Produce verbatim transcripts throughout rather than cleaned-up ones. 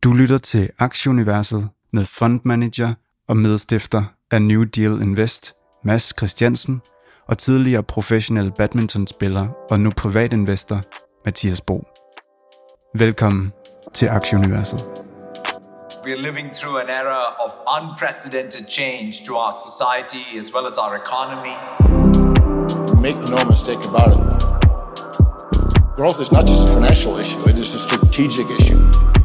Du lytter til Aktieuniverset med fondmanager og medstifter af New Deal Invest, Mads Christiansen, og tidligere professionel badmintonspiller og nu privatinvestor, Mathias Bo. Velkommen til Aktieuniverset. We are living through an era of unprecedented change to our society as well as our economy. Make no mistake about it. Growth is not just a financial issue, it is a strategic issue.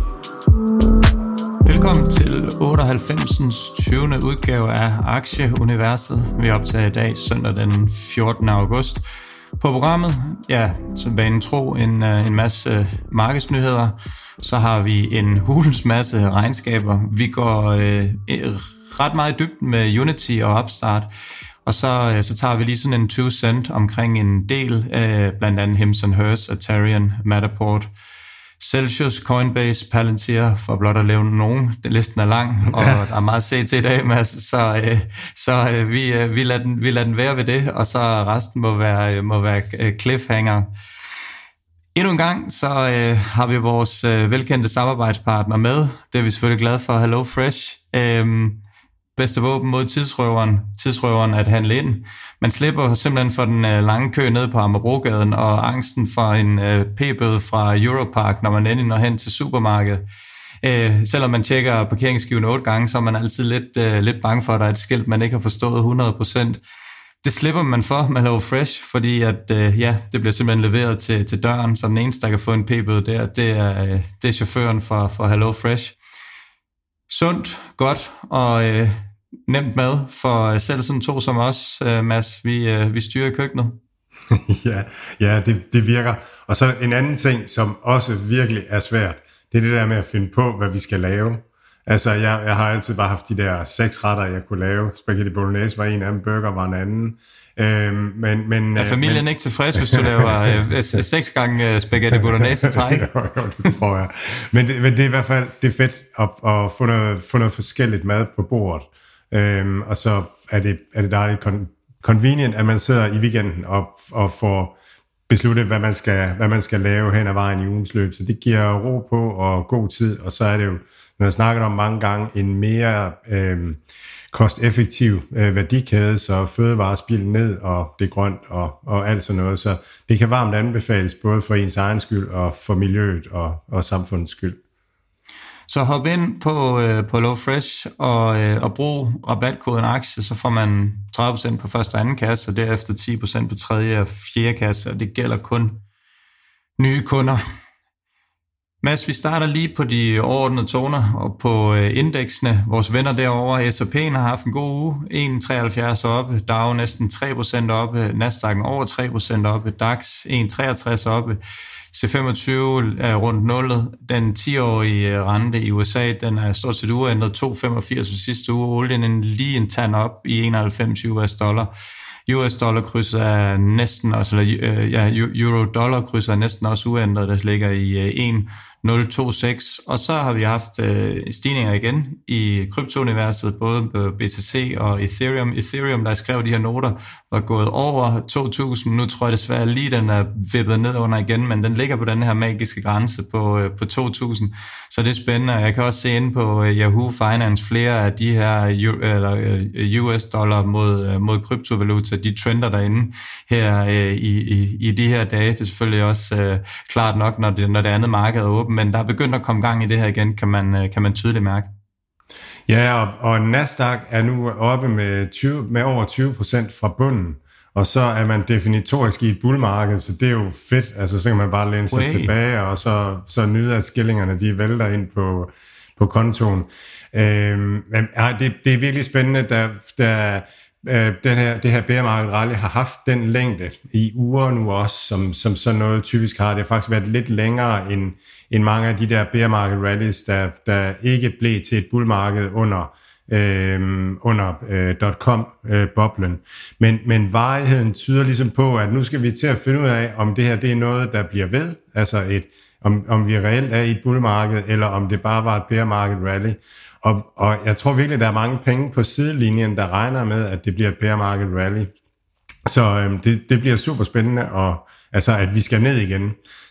Velkommen til otteoghalvfemsens tyvende udgave af Aktieuniverset. Vi optager i dag søndag den fjortende august. På programmet, ja, som vanen tro, en, en masse markedsnyheder. Så har vi en hulens masse regnskaber. Vi går øh, ret meget i dybden med Unity og Upstart. Og så, så tager vi lige sådan en to cent omkring en del, øh, blandt andet Hims and Hers, Atarian, Matterport, Celsius, Coinbase, Palantir, for blot at lave nogen. Listen er lang, og ja. Der er meget set til i dag, Mads, så, øh, så øh, vi, øh, vi, lader den, vi lader den være ved det, og så resten må være, må være cliffhanger. Endnu en gang, så øh, har vi vores øh, velkendte samarbejdspartner med. Det er vi selvfølgelig glade for, HelloFresh. Øh, bedste våben mod tidsrøveren, tidsrøveren at handle ind. Man slipper simpelthen for den øh, lange kø nede på Amagerbrogade og angsten for en øh, p-bøde fra Europark, når man endelig når hen til supermarkedet. Øh, selvom man tjekker parkeringsskiven otte gange, så er man altid lidt, øh, lidt bange for, at der er et skilt, man ikke har forstået hundrede procent. Det slipper man for med HelloFresh, fordi at, øh, ja, det bliver simpelthen leveret til, til døren, så den eneste, der kan få en p-bøde der, det er, øh, det er chaufføren for, for HelloFresh. Sundt, godt og øh, nemt mad for selv sådan to som os, øh, Mads. Vi, øh, vi styrer køkkenet. ja, ja det, det virker. Og så en anden ting, som også virkelig er svært, det er det der med at finde på, hvad vi skal lave. Altså, jeg, jeg har altid bare haft de der seks retter, jeg kunne lave. Spaghetti bolognese var en af dem, burger var en anden. Øhm, men, men, er familien men, ikke tilfreds, hvis du laver øh, seks gange øh, spaghetti bolognese træk? jo, jo, det tror jeg. Men det, men det er i hvert fald det er fedt at, at få, noget, få noget forskelligt mad på bordet. Øhm, og så er det, er det dejligt con- convenient, at man sidder i weekenden og, og får besluttet, hvad man, skal, hvad man skal lave hen ad vejen i ugens løb. Så det giver ro på og god tid, og så er det jo, når jeg snakker om mange gange, en mere øh, kosteffektiv øh, værdikæde, så fødevarer spilder ned, og det er grønt og, og alt sådan noget. Så det kan varmt anbefales, både for ens egen skyld og for miljøet og, og samfundets skyld. Så hop ind på, øh, på HelloFresh og, øh, og brug rabatkoden aktie, så får man tredive procent på første og anden kasse, og derefter ti procent på tredje og fjerde kasse, og det gælder kun nye kunder. Mads, vi starter lige på de overordnede toner og på øh, indeksene. Vores venner derovre, S og P'en har haft en god uge. en komma treoghalvfjerds oppe, Dow næsten tre procent oppe, Nasdaq'en over tre procent oppe, DAX en komma treogtres oppe, C femogtyve er rundt nullet. Den ti-årige rente i U S A, den er stort set uændret to komma femogfirs for sidste uge. Olien er lige en tand op i enoghalvfems U S dollar. U S dollar krydset er næsten også, eller ja, euro dollar krydset er næsten også uændret, der ligger i en komma nul to seks, og så har vi haft øh, stigninger igen i kryptouniverset, både på B T C og Ethereum. Ethereum, der skrev de her noter, var gået over to tusind. Nu tror jeg desværre lige, den er vippet ned under igen, men den ligger på den her magiske grænse på, øh, på to tusind. Så det er spændende. Jeg kan også se inde på øh, Yahoo Finance flere af de her eller, øh, U S dollar mod, øh, mod kryptovaluta, de trender derinde her øh, i, i, i de her dage. Det er selvfølgelig også øh, klart nok, når det, når det andet marked er åbent, men der er begyndt at komme gang i det her igen, kan man, kan man tydeligt mærke. Ja, og, og Nasdaq er nu oppe med, tyve, med over tyve procent fra bunden, og så er man definitorisk i et bullmarked, så det er jo fedt. Altså, så kan man bare læne sig Way. tilbage, og så, så nyde, at skillingerne de vælter ind på, på kontoen. Øhm, men, ja, det, det er virkelig spændende, da, da den her, det her bear market rally har haft den længde i uger nu også, som, som sådan noget typisk har. Det har faktisk været lidt længere end, end mange af de der bear market rallies, der, der ikke blev til et bullmarked under, øh, under øh, dot-com-boblen. Men, men varigheden tyder ligesom på, at nu skal vi til at finde ud af, om det her det er noget, der bliver ved, altså et, om, om vi reelt er i et bullmarked, eller om det bare var et bear market rally. Og, og jeg tror virkelig, der er mange penge på sidelinjen, der regner med, at det bliver et bear market rally. Så øhm, det, det bliver super spændende, og, altså, at vi skal ned igen.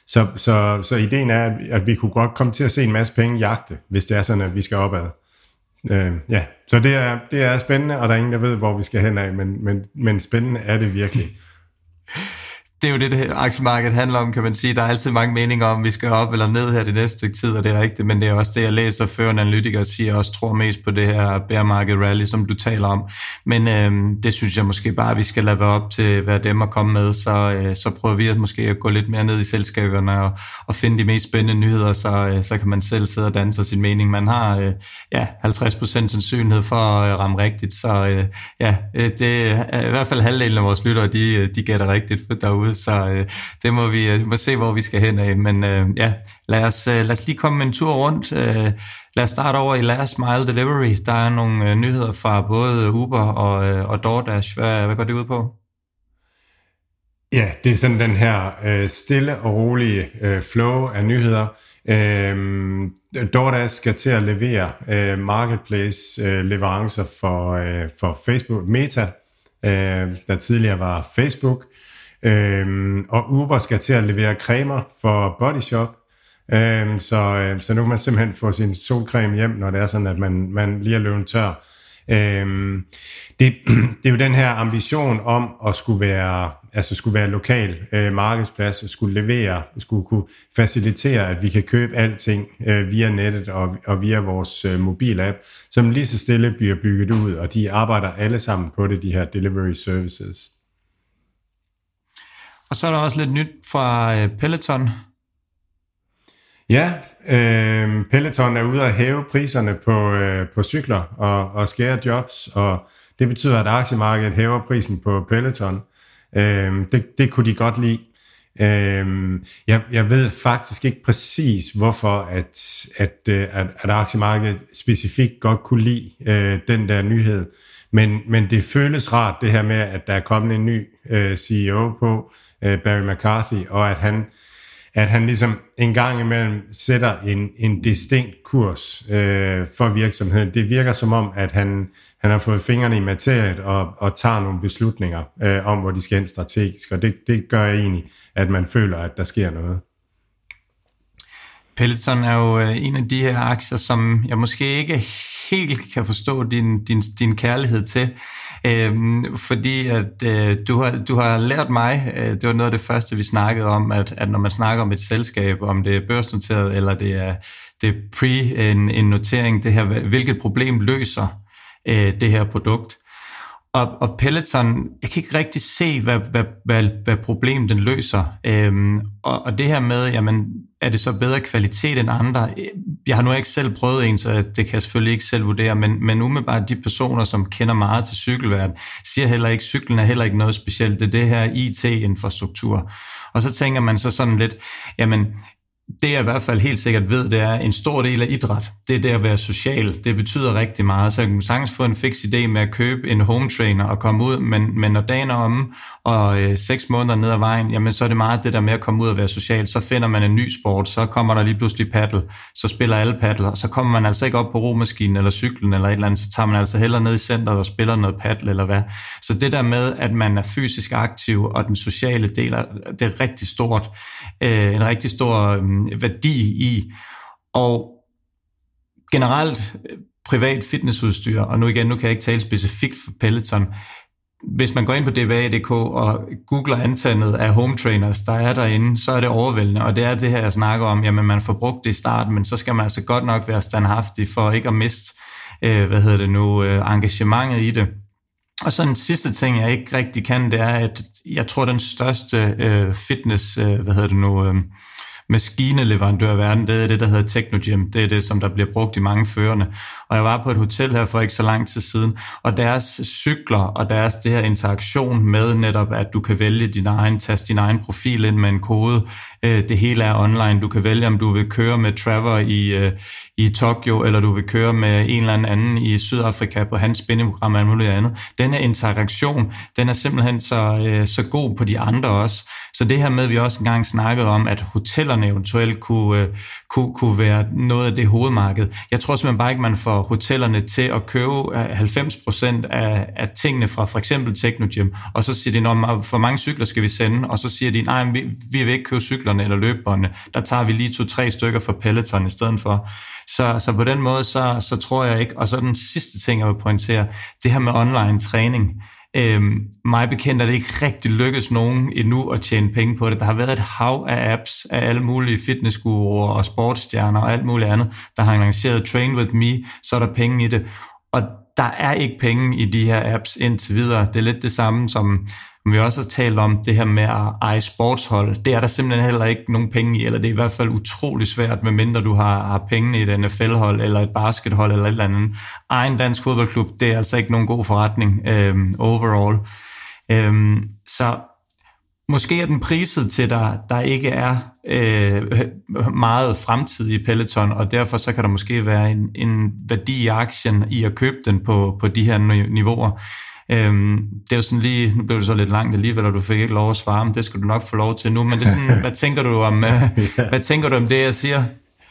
Så, så, så ideen er, at vi kunne godt komme til at se en masse penge jagte, hvis det er sådan, at vi skal opad. Øh, ja, så det er, det er spændende, og der er ingen, der ved, hvor vi skal hen af, men, men, men spændende er det virkelig. Det er jo det, det aktiemarkedet handler om, kan man sige. Der er altid mange meninger om, vi skal op eller ned her det næste stykke tid, og det er rigtigt, men det er også det, jeg læser før en analytiker siger, også tror mest på det her bear market rally, som du taler om. Men øhm, det synes jeg måske bare, vi skal lade være op til, hvad dem at komme med, så, øh, så prøver vi at måske at gå lidt mere ned i selskaberne og, og finde de mest spændende nyheder, så, øh, så kan man selv sidde og danse sin mening. Man har øh, ja, halvtreds procent sandsynlighed for at ramme rigtigt, så øh, ja, det er i hvert fald halvdelen af vores lyttere, de, de gætter rigtigt derude. Så øh, det må vi øh, må se, hvor vi skal hen af. Men øh, ja, lad os, øh, lad os lige komme en tur rundt. Øh, lad os starte over i Last Mile Delivery. Der er nogle øh, nyheder fra både Uber og, øh, og DoorDash. Hvad, hvad går det ud på? Ja, det er sådan den her øh, stille og rolige øh, flow af nyheder. Øh, DoorDash skal til at levere øh, marketplace-leverancer øh, for, øh, for Facebook Meta, øh, der tidligere var Facebook. Øhm, og Uber skal til at levere cremer for Body Shop, øhm, så, øh, så nu kan man simpelthen få sin solcreme hjem, når det er sådan, at man, man lige er løbet tør. Øhm, det, det er jo den her ambition om at skulle være, altså skulle være lokal øh, markedsplads, skulle levere, skulle kunne facilitere, at vi kan købe alting øh, via nettet og, og via vores øh, mobilapp, som lige så stille bliver bygget ud, og de arbejder alle sammen på det, de her delivery services. Og så er der også lidt nyt fra øh, Peloton. Ja, øh, Peloton er ude at hæve priserne på, øh, på cykler og, og skære jobs, og det betyder, at aktiemarkedet hæver prisen på Peloton. Øh, det, det kunne de godt lide. Øh, jeg, jeg ved faktisk ikke præcis, hvorfor at, at, at, at aktiemarkedet specifikt godt kunne lide øh, den der nyhed. Men, men det føles rart, det her med, at der er kommet en ny øh, C E O på, øh, Barry McCarthy, og at han, at han ligesom en gang imellem sætter en, en distinkt kurs øh, for virksomheden. Det virker som om, at han, han har fået fingrene i materiet og, og tager nogle beslutninger øh, om, hvor de skal hen strategisk, og det, det gør egentlig, at man føler, at der sker noget. Peloton er jo en af de her aktier, som jeg måske ikke helt kan forstå din, din, din kærlighed til, øhm, fordi at øh, du, har, du har lært mig, øh, det var noget af det første, vi snakkede om, at, at når man snakker om et selskab, om det er børsnoteret, eller det er, det er pre en, en notering, det her, hvilket problem løser øh, det her produkt. Og, og Peloton, jeg kan ikke rigtig se, hvad, hvad, hvad, hvad problemet den løser. Øhm, og, og det her med, jamen, er det så bedre kvalitet end andre? Jeg har nu ikke selv prøvet en, så det kan jeg selvfølgelig ikke selv vurdere, men, men umiddelbart de personer, som kender meget til cykelverden, siger heller ikke, cyklen er heller ikke noget specielt. Det er det her I T-infrastruktur. Og så tænker man så sådan lidt, jamen, det jeg i hvert fald helt sikkert ved, det er en stor del af idræt. Det er det at være social. Det betyder rigtig meget. Så jeg kan sagtens få en fix idé med at købe en home trainer og komme ud, men, men når dagen er omme og øh, seks måneder ned ad vejen, jamen så er det meget det der med at komme ud og være social. Så finder man en ny sport, så kommer der lige pludselig paddle, så spiller alle paddle, og så kommer man altså ikke op på romaskinen eller cyklen eller et eller andet, så tager man altså hellere ned i centret og spiller noget paddle eller hvad. Så det der med, at man er fysisk aktiv, og den sociale del, det er rigtig stort, øh, en rigtig stor øh, værdi i, og generelt privat fitnessudstyr, og nu igen, nu kan jeg ikke tale specifikt for Peloton. Hvis man går ind på d b a punktum d k og googler antallet af home trainers, der er derinde, så er det overvældende, og det er det her, jeg snakker om, jamen man får brugt det i starten, men så skal man altså godt nok være standhaftig for ikke at miste, øh, hvad hedder det nu, øh, engagementet i det. Og så den sidste ting, jeg ikke rigtig kan, det er, at jeg tror, den største øh, fitness, øh, hvad hedder det nu, øh, maskineleverandør i verden, det er det, der hedder Technogym. Det er det, som der bliver brugt i mange førerne. Og jeg var på et hotel her for ikke så lang tid siden, og deres cykler og deres det her interaktion med netop, at du kan vælge din egen, taste din egen profil ind med en kode. Det hele er online. Du kan vælge, om du vil køre med Trevor i, i Tokyo, eller du vil køre med en eller anden i Sydafrika på hans spinningsprogram og alt muligt andet. Den her interaktion, den er simpelthen så, så god på de andre også. Så det her med, vi også engang snakkede om, at hotellerne hotellerne eventuelt kunne, uh, kunne, kunne være noget af det hovedmarked. Jeg tror simpelthen bare ikke, man får hotellerne til at købe halvfems procent af, af tingene fra for eksempel Technogym, og så siger de, når for mange cykler skal vi sende, og så siger de, nej, vi, vi vil ikke købe cyklerne eller løbebåndene, der tager vi lige to-tre stykker for Peloton i stedet for. Så, så på den måde, så, så tror jeg ikke. Og så den sidste ting, jeg vil pointere, det her med online træning. Øhm, mig bekendt er det ikke rigtig lykkedes nogen endnu at tjene penge på det. Der har været et hav af apps af alle mulige fitnessguruer og sportsstjerner og alt muligt andet, der har lanceret Train With Me, så er der penge i det. Og der er ikke penge i de her apps indtil videre. Det er lidt det samme, som vi også har talt om, det her med at eje sportshold. Det er der simpelthen heller ikke nogen penge i, eller det er i hvert fald utrolig svært, medmindre du har, har penge i et N F L-hold, eller et baskethold, eller et eller andet. Egen dansk fodboldklub, det er altså ikke nogen god forretning øhm, overall. Øhm, så måske er den priset til dig, der ikke er øh, meget fremtid i Peloton, og derfor så kan der måske være en, en værdi i aktien i at købe den på, på de her niveauer. Øhm, det er jo sådan lige, nu blev det så lidt langt alligevel, og du fik ikke lov at svare, men det skal du nok få lov til nu, men det er sådan, hvad tænker du om, øh, hvad tænker du om det, jeg siger?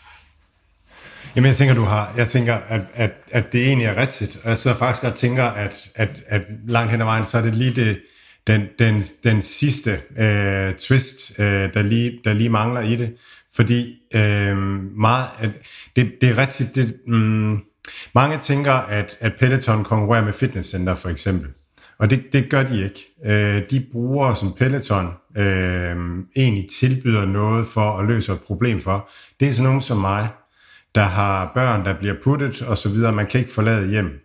Jamen jeg tænker, du har, jeg tænker, at, at, at det egentlig er rigtigt, og jeg så faktisk godt tænker, at, at, at langt hen ad vejen, så er det lige det, den, den, den sidste øh, twist, øh, der, lige, der lige mangler i det, fordi øh, meget, at det, det er rigtigt, det, mm, mange tænker, at, at Peloton konkurrerer med fitnesscenter for eksempel, og det, det gør de ikke. Øh, de brugere som Peloton øh, egentlig tilbyder noget for at løse et problem for. Det er sådan nogen som mig, der har børn, der bliver puttet og så videre. Man kan ikke forlade hjemmet.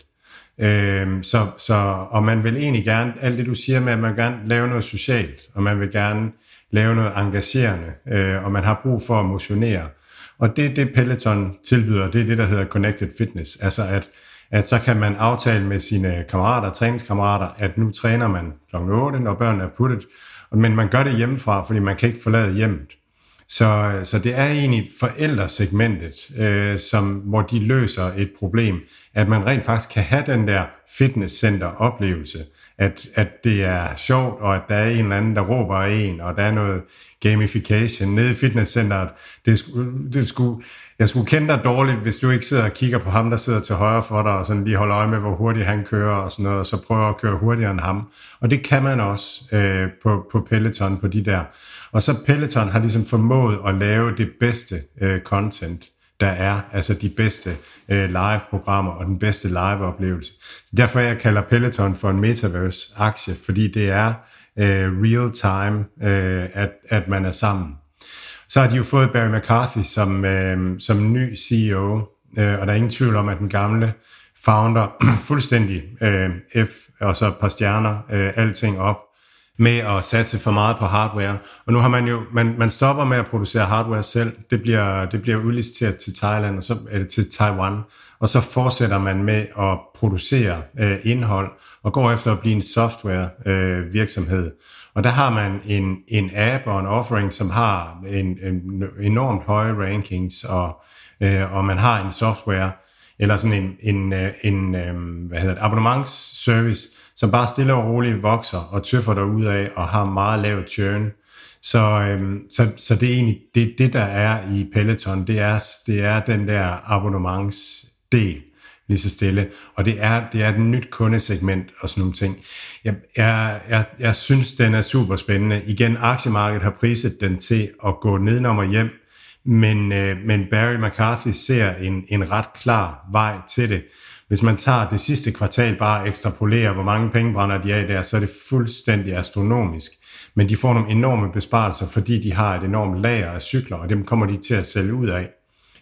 Øh, så, så, og man vil egentlig gerne, alt det du siger med, at man vil gerne lave noget socialt, og man vil gerne lave noget engagerende, øh, og man har brug for at motionere. Og det er det, Peloton tilbyder, det er det, der hedder Connected Fitness. Altså at, at så kan man aftale med sine kammerater, træningskammerater, at nu træner man klokken otte, når børnene er puttet, men man gør det hjemmefra, fordi man kan ikke forlade hjemmet. Så, så det er egentlig forældresegmentet, øh, som, hvor de løser et problem, at man rent faktisk kan have den der fitnesscenter-oplevelse, at, at det er sjovt, og at der er en eller anden, der råber af en, og der er noget gamification nede i fitnesscenteret. Det skulle, det skulle, jeg skulle kende dig dårligt, hvis du ikke sidder og kigger på ham, der sidder til højre for dig, og sådan lige holder øje med, hvor hurtigt han kører, og sådan noget, og så prøver at køre hurtigere end ham. Og det kan man også øh, på, på Peloton, på de der. Og så Peloton har ligesom formået at lave det bedste øh, content, der er, altså de bedste øh, live-programmer og den bedste live-oplevelse. Derfor jeg kalder Peloton for en metaverse-aktie, fordi det er øh, real-time, øh, at, at man er sammen. Så har de jo fået Barry McCarthy som, øh, som ny C E O, øh, og der er ingen tvivl om, at den gamle founder fuldstændig øh, F, og så et par stjerner, øh, alting op, med at satse for meget på hardware. Og nu har man jo, man, man stopper med at producere hardware selv. Det bliver, det bliver udliciteret til Thailand, og så er det til Taiwan. Og så fortsætter man med at producere øh, indhold, og går efter at blive en software øh, virksomhed. Og der har man en, en app og en offering, som har en, en enormt høje rankings, og, øh, og man har en software, eller sådan en, en, en, en hvad hedder det, abonnementsservice, som bare stille og roligt vokser og tøffer derudad og har meget lavt churn. Så, øhm, så, så det er egentlig det, det, der er i Peloton, det er, det er den der abonnementsdel, lige så stille. Og det er, det er et nyt kundesegment og sådan nogle ting. Jeg, jeg, jeg, jeg synes, den er super spændende. Igen, aktiemarkedet har priset den til at gå nedenom og hjem, men, øh, men Barry McCarthy ser en, en ret klar vej til det. Hvis man tager det sidste kvartal bare ekstrapolerer, hvor mange penge brænder de af der, så er det fuldstændig astronomisk. Men de får nogle enorme besparelser, fordi de har et enormt lager af cykler, og dem kommer de til at sælge ud af.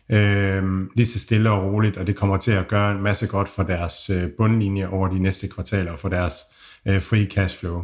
Øh, lige så stille og roligt, og det kommer til at gøre en masse godt for deres øh, bundlinje over de næste kvartaler, og for deres øh, free cash flow.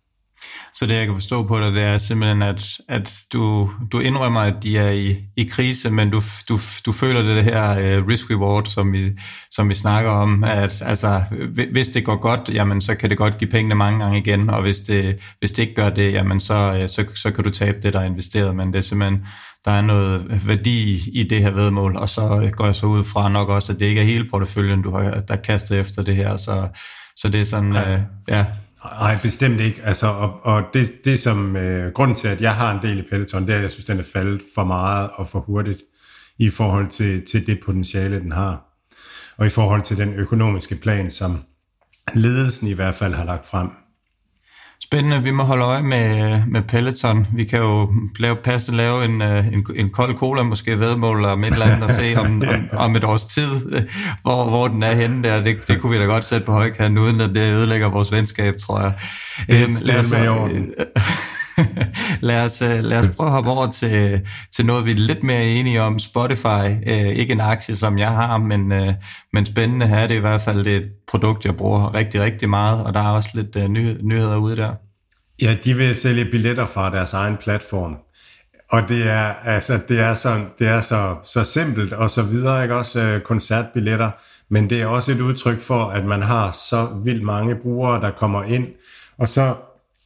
Så det, jeg kan forstå på dig, det er simpelthen, at, at du, du indrømmer, at de er i, i krise, men du, du, du føler det her uh, risk-reward, som vi, som vi snakker om, at altså, hvis det går godt, jamen, så kan det godt give pengene mange gange igen, og hvis det, hvis det ikke gør det, jamen, så, så, så kan du tabe det, der er investeret, men det er simpelthen, der er noget værdi i det her vedmål, og så går jeg så ud fra nok også, at det ikke er hele porteføljen, du har der kastet efter det her, så, så det er sådan, uh, ja... Nej, bestemt ikke. Altså, og, og det, det som øh, grunden til, at jeg har en del i Peloton, det er, at jeg synes, den er faldet for meget og for hurtigt i forhold til, til det potentiale, den har. Og i forhold til den økonomiske plan, som ledelsen i hvert fald har lagt frem. Spændende. Vi må holde øje med, med Peloton. Vi kan jo lave, passe lave en, en, en kold cola, måske vedmål om et eller andet, og se om, om, om et års tid, hvor, hvor den er henne der. Det, det kunne vi da godt sætte på højkanten, uden at det ødelægger vores venskab, tror jeg. Det, øhm, lad os, det er med lad, os, lad os prøve at hoppe over til, til noget, vi er lidt mere enige om. Spotify. Øh, ikke en aktie, som jeg har, men, øh, men spændende her. Det er i hvert fald et produkt, jeg bruger rigtig, rigtig meget, og der er også lidt øh, ny, nyheder ude der. Ja, de vil sælge billetter fra deres egen platform. Og det er, altså, det er, så, det er så, så simpelt og så videre, ikke også øh, koncertbilletter, men det er også et udtryk for, at man har så vildt mange brugere, der kommer ind, og så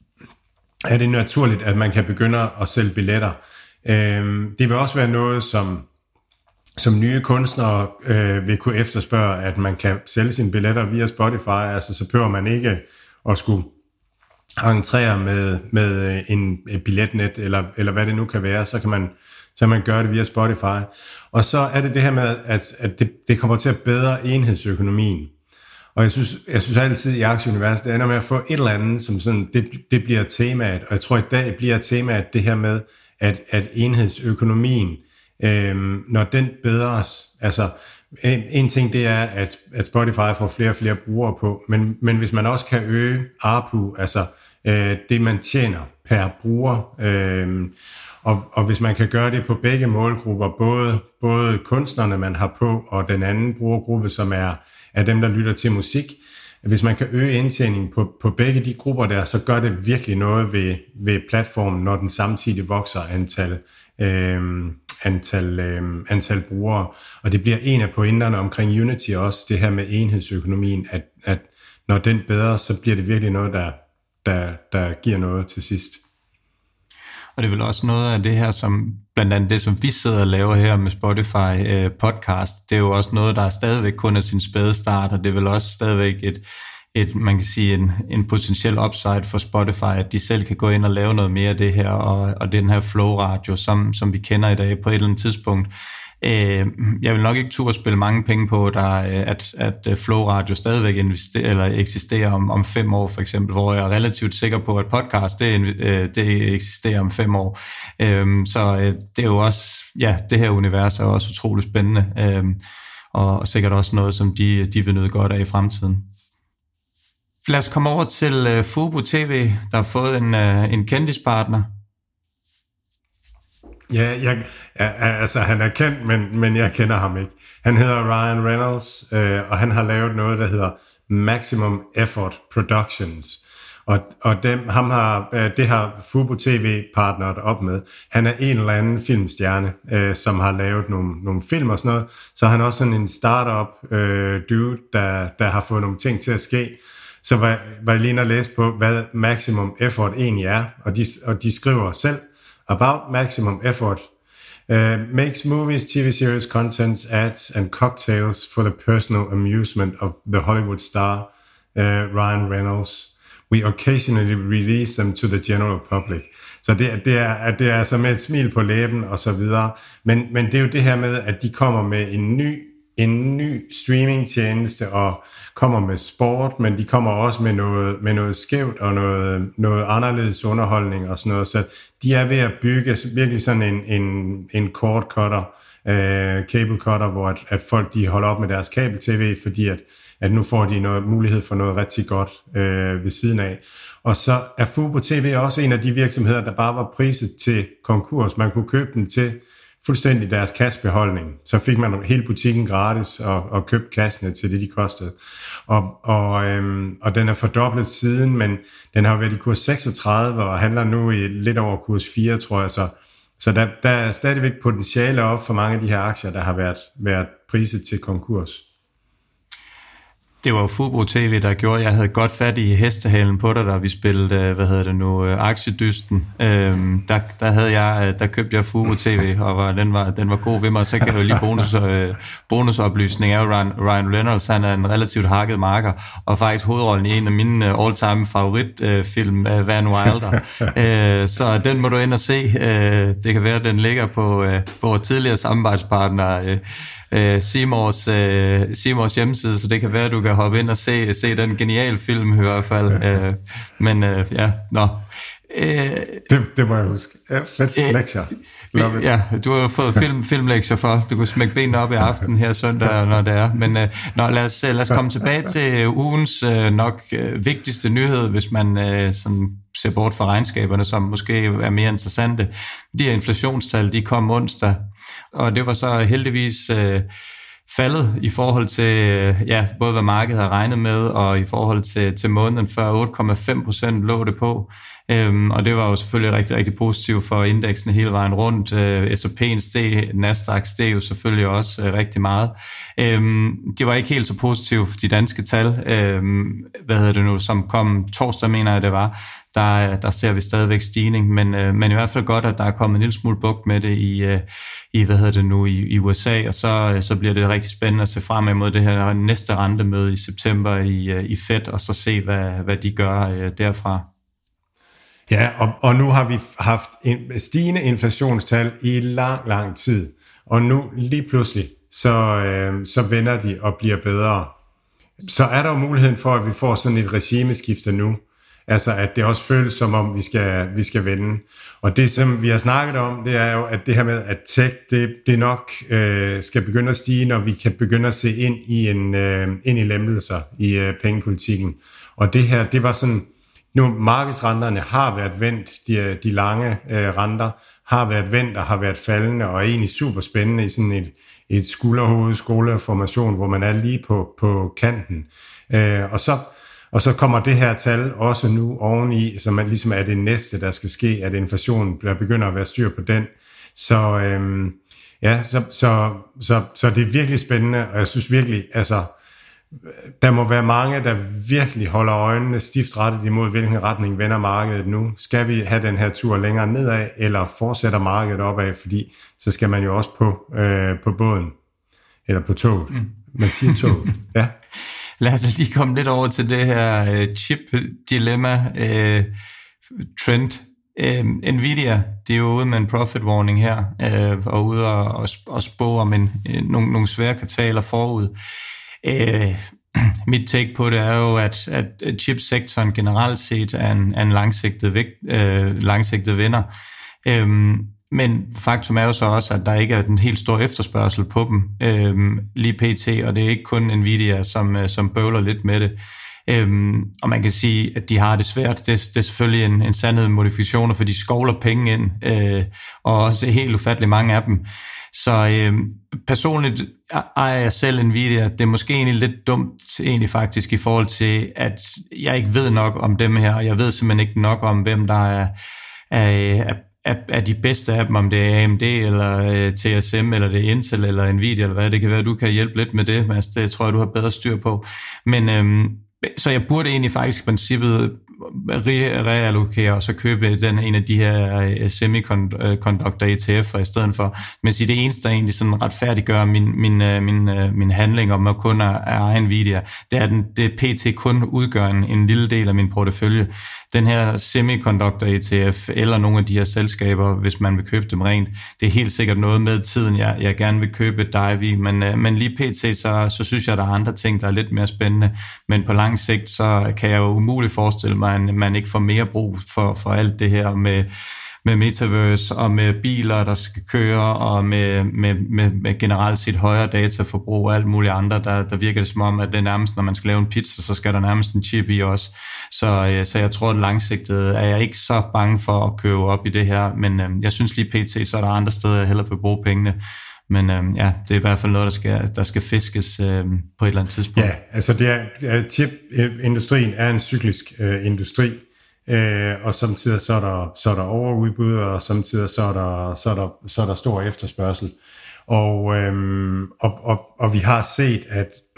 er det naturligt, at man kan begynde at sælge billetter. Øh, det vil også være noget, som, som nye kunstnere øh, vil kunne efterspørge, at man kan sælge sine billetter via Spotify, altså så behøver man ikke at skulle entrere med, med en billetnet, eller, eller hvad det nu kan være, så kan man, så kan man gøre det via Spotify. Og så er det det her med, at, at det, det kommer til at bedre enhedsøkonomien. Og jeg synes, jeg synes altid i aktieuniverset, det ender med at få et eller andet, som sådan, det, det bliver temaet. Og jeg tror i dag bliver temaet det her med, at, at enhedsøkonomien, øhm, når den bedres, altså en, en ting det er, at, at Spotify får flere og flere brugere på, men, men hvis man også kan øge A R P U, altså øh, det man tjener per bruger, øh, og, og hvis man kan gøre det på begge målgrupper, både, både kunstnerne man har på, og den anden brugergruppe, som er, er dem, der lytter til musik, hvis man kan øge indtjeningen på, på begge de grupper der, så gør det virkelig noget ved, ved platformen, når den samtidig vokser antal øh, antal, øh, antal brugere. Og det bliver en af pointerne omkring Unity også, det her med enhedsøkonomien, at, at når den bedre, så bliver det virkelig noget, der, der, der giver noget til sidst. Og det er vel også noget af det her, som blandt andet det, som vi sidder og laver her med Spotify øh, podcast, det er jo også noget, der er stadigvæk kun af sin spæde start, og det er vel også stadigvæk et, et man kan sige, en, en potentiel upside for Spotify, at de selv kan gå ind og lave noget mere af det her, og, og den her flow radio, som, som vi kender i dag på et eller andet tidspunkt. Øh, jeg vil nok ikke turde spille mange penge på, der, at, at Flow Radio stadigvæk investerer, eller eksisterer om, om fem år for eksempel, hvor jeg er relativt sikker på, at podcast det, det eksisterer om fem år. Øh, så det er jo også, ja, det her univers er også utroligt spændende, øh, og, og sikkert også noget, som de, de vil nyde godt af i fremtiden. Lad os komme over til uh, Fubo T V, der har fået en, uh, en kendispartner. Ja, jeg, ja, altså han er kendt, men, men jeg kender ham ikke. Han hedder Ryan Reynolds, øh, og han har lavet noget, der hedder Maximum Effort Productions. Og, og dem, ham har, øh, det har Fubo T V partneret op med. Han er en eller anden filmstjerne, øh, som har lavet nogle, nogle film og sådan noget. Så han er også sådan en startup øh, dude, der, der har fået nogle ting til at ske. Så var, var jeg lige inde og læse på, hvad Maximum Effort egentlig er, og de, og de skriver selv, about maximum effort, uh, makes movies, T V series, contents, ads, and cocktails for the personal amusement of the Hollywood star, uh, Ryan Reynolds. We occasionally release them to the general public. Så det, det, er, det er altså med et smil på læben og så videre. Men, men det er jo det her med, at de kommer med en ny, en ny streamingtjeneste og kommer med sport, men de kommer også med noget, med noget skævt og noget, noget anderledes underholdning og sådan noget. Så de er ved at bygge virkelig sådan en, en, en cord cutter, øh, cable cutter, hvor at, at folk de holder op med deres kabel-tv, fordi at, at nu får de noget, mulighed for noget rigtig godt øh, ved siden af. Og så er Fubo T V også en af de virksomheder, der bare var priset til konkurs. Man kunne købe den til fuldstændig deres kassebeholdning. Så fik man hele butikken gratis og, og købte kassene til det, de kostede. Og, og, øhm, og den er fordoblet siden, men den har været i kurs seksogtredive og handler nu i lidt over kurs fire, tror jeg. Så, så der, der er stadigvæk potentiale op for mange af de her aktier, der har været, været priset til konkurs. Det det var jo Fubo T V, der gjorde, jeg havde godt fat i hestehalen på dig, da vi spillede, hvad hedder det nu, aktiedysten. Øhm, der, der, havde jeg, der købte jeg Fubo T V, og var, den, var, den var god ved mig. Så kan jeg jo lige bonus, øh, bonusoplysning af Ryan, Ryan Reynolds. Han er en relativt hakket marker, og faktisk hovedrollen i en af mine all-time favoritfilm, øh, Van Wilder. øh, så den må du ind og se. Øh, det kan være, at den ligger på, øh, på vores tidligere samarbejdspartner, øh, Seymours, uh, Seymours hjemmeside, så det kan være, at du kan hoppe ind og se, se den geniale film i hvert fald. Uh, men uh, ja, nå. Uh, det, det må jeg huske. Ja, fedt uh, lektier. Uh, ja, du har jo fået film, filmlektier for. Du kan smække benene op i aften her søndag, når det er. Men uh, nå, lad, os, lad os komme tilbage til ugens uh, nok uh, vigtigste nyhed, hvis man uh, sådan ser bort fra regnskaberne, som måske er mere interessante. De her inflationstal, de kom onsdag, og det var så heldigvis øh, faldet i forhold til, øh, ja, både hvad markedet har regnet med, og i forhold til, til måneden før. Otte komma fem procent lå det på, øhm, og det var jo selvfølgelig rigtig, rigtig positivt for indeksen hele vejen rundt. Øh, S og P'en steg, Nasdaq steg jo selvfølgelig også øh, rigtig meget. Øhm, det var ikke helt så positivt for de danske tal, øhm, hvad hedder det nu, som kom torsdag, mener jeg det var. Der, der ser vi stadigvæk stigning, men, øh, men i hvert fald godt, at der er kommet en lille smule bugt med det i, øh, i hvad hedder det nu, i, i U S A, og så, øh, så bliver det rigtig spændende at se frem imod det her næste rentemøde i september i, øh, i Fed, og så se, hvad, hvad de gør øh, derfra. Ja, og, og nu har vi haft en stigende inflationstal i lang, lang tid, og nu lige pludselig, så, øh, så vender de og bliver bedre. Så er der jo muligheden for, at vi får sådan et regimeskifte nu. Altså, at det også føles som om, vi skal, vi skal vende. Og det, som vi har snakket om, det er jo, at det her med, at tech, det, det nok øh, skal begynde at stige, når vi kan begynde at se ind i, en, øh, ind i lempelser i øh, pengepolitikken. Og det her, det var sådan, nu markedsrenterne har været vendt, de, de lange øh, renter har været vendt og har været faldende, og er egentlig super spændende i sådan et, et skulderhoved skoleformation, hvor man er lige på, på kanten. Øh, og så Og så kommer det her tal også nu oveni, som man ligesom er det næste, der skal ske, at inflationen der begynder at være styr på den. Så øhm, ja, så, så, så, så det er virkelig spændende, og jeg synes virkelig, altså, der må være mange, der virkelig holder øjnene stift rettet imod, hvilken retning vender markedet nu. Skal vi have den her tur længere nedad, eller fortsætter markedet opad, fordi så skal man jo også på, øh, på båden, eller på toget. Mm. Man siger toget, ja. Lad os lige komme lidt over til det her øh, chip-dilemma øh, trend. Øh, Nvidia, de er jo ude med en profit warning her, øh, og ude og, og, og spå om en, øh, nogle, nogle svære kvartaler forud. Øh, mit take på det er jo, at, at chipsektoren generelt set er en, er en langsigtet, vægt, øh, langsigtet vinder. Øh, Men faktum er jo så også, at der ikke er en helt stor efterspørgsel på dem øhm, lige pt, og det er ikke kun Nvidia, som, som bøvler lidt med det. Øhm, og man kan sige, at de har det svært. Det, det er selvfølgelig en, en sandhed med modifikationer, for de skovler penge ind, øh, og også helt ufattelig mange af dem. Så øh, personligt ejer jeg selv Nvidia. Det er måske egentlig lidt dumt egentlig faktisk i forhold til, at jeg ikke ved nok om dem her, og jeg ved simpelthen ikke nok om, hvem der er, er, er er de bedste af dem, om det er A M D, eller T S M, eller det er Intel, eller Nvidia, eller hvad. Det kan være, at du kan hjælpe lidt med det, Mads. Det tror jeg, du har bedre styr på. Men øhm, så jeg burde egentlig faktisk i princippet reallokere og så købe den, en af de her semiconductor E T F'er i stedet for. Men sige, det eneste, der egentlig sådan retfærdiggør min, min, min, min handling om at kun eje Nvidia, det er, at det pt. Kun udgør en, en lille del af min portefølje. Den her semiconductor E T F, eller nogle af de her selskaber, hvis man vil købe dem rent, det er helt sikkert noget med tiden, jeg, jeg gerne vil købe et dive i, men, men lige pt. Så, så synes jeg, der er andre ting, der er lidt mere spændende. Men på lang sigt, så kan jeg jo umuligt forestille mig, at man ikke får mere brug for, for alt det her med, med metaverse og med biler, der skal køre, og med, med, med, med generelt set højere dataforbrug og alt muligt andre, der, der virker det som om, at det nærmest, når man skal lave en pizza, så skal der nærmest en chip i også. Så, så jeg tror, at langsigtet er jeg ikke så bange for at købe op i det her, men øh, jeg synes lige pt, så er der andre steder, jeg hellere vil bruge pengene. Men øh, ja, det er i hvert fald noget, der skal, der skal fiskes øh, på et eller andet tidspunkt. Ja, altså det er, chipindustrien er en cyklisk øh, industri, øh, og samtidig så er der, så er der overudbud, og samtidig så er der, så er der, så er der stor efterspørgsel. Og, øhm, og, og, og vi har set, at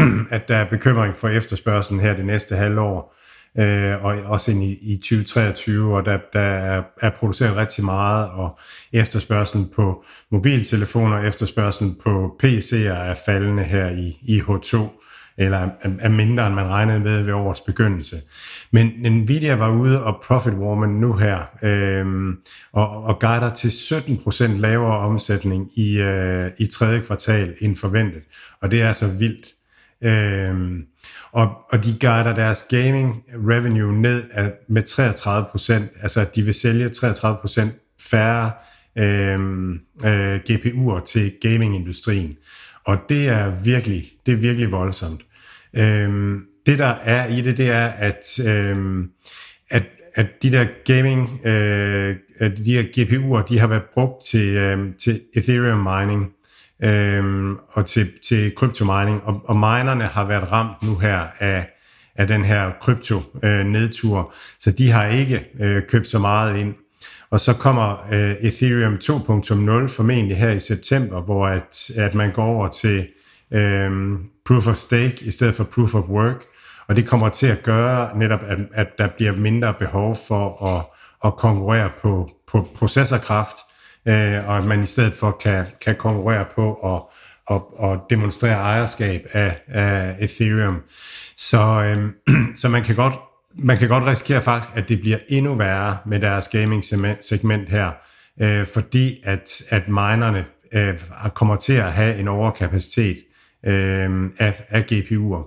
at der er bekymring for efterspørgselen her det næste halvår, øh, og også ind i, i tyve treogtyve, og der, der er, er produceret rigtig meget, og efterspørgselen på mobiltelefoner, efterspørgselen på P C'er er faldende her i, i H to, eller er, er mindre, end man regnede med ved årets begyndelse. Men Nvidia var ude og profit warmen nu her, øhm, og, og guider til sytten procent lavere omsætning i, øh, i tredje kvartal end forventet. Og det er så vildt. Øhm, og, og de guider deres gaming revenue ned af, med treogtredive procent, altså at de vil sælge treogtredive procent færre øhm, øh, G P U'er til gamingindustrien. Og det er virkelig, det er virkelig voldsomt. Øhm, det der er i det, det er, at, øhm, at, at de der gaming, øh, de her G P U'er, de har været brugt til, øhm, til Ethereum mining øhm, og til, til kryptomining, og, og minerne har været ramt nu her af, af den her krypto-nedtur, øh, så de har ikke øh, købt så meget ind. Og så kommer øh, Ethereum to punkt nul formentlig her i september, hvor at, at man går over til øh, Proof of Stake i stedet for Proof of Work. Og det kommer til at gøre netop, at, at der bliver mindre behov for at, at konkurrere på, på processorkraft, øh, og at man i stedet for kan, kan konkurrere på at og, og demonstrere ejerskab af, af Ethereum. Så, øh, så man kan godt Man kan godt risikere faktisk, at det bliver endnu værre med deres gaming-segment her, øh, fordi at, at minerne øh, kommer til at have en overkapacitet øh, af, af G P U'er.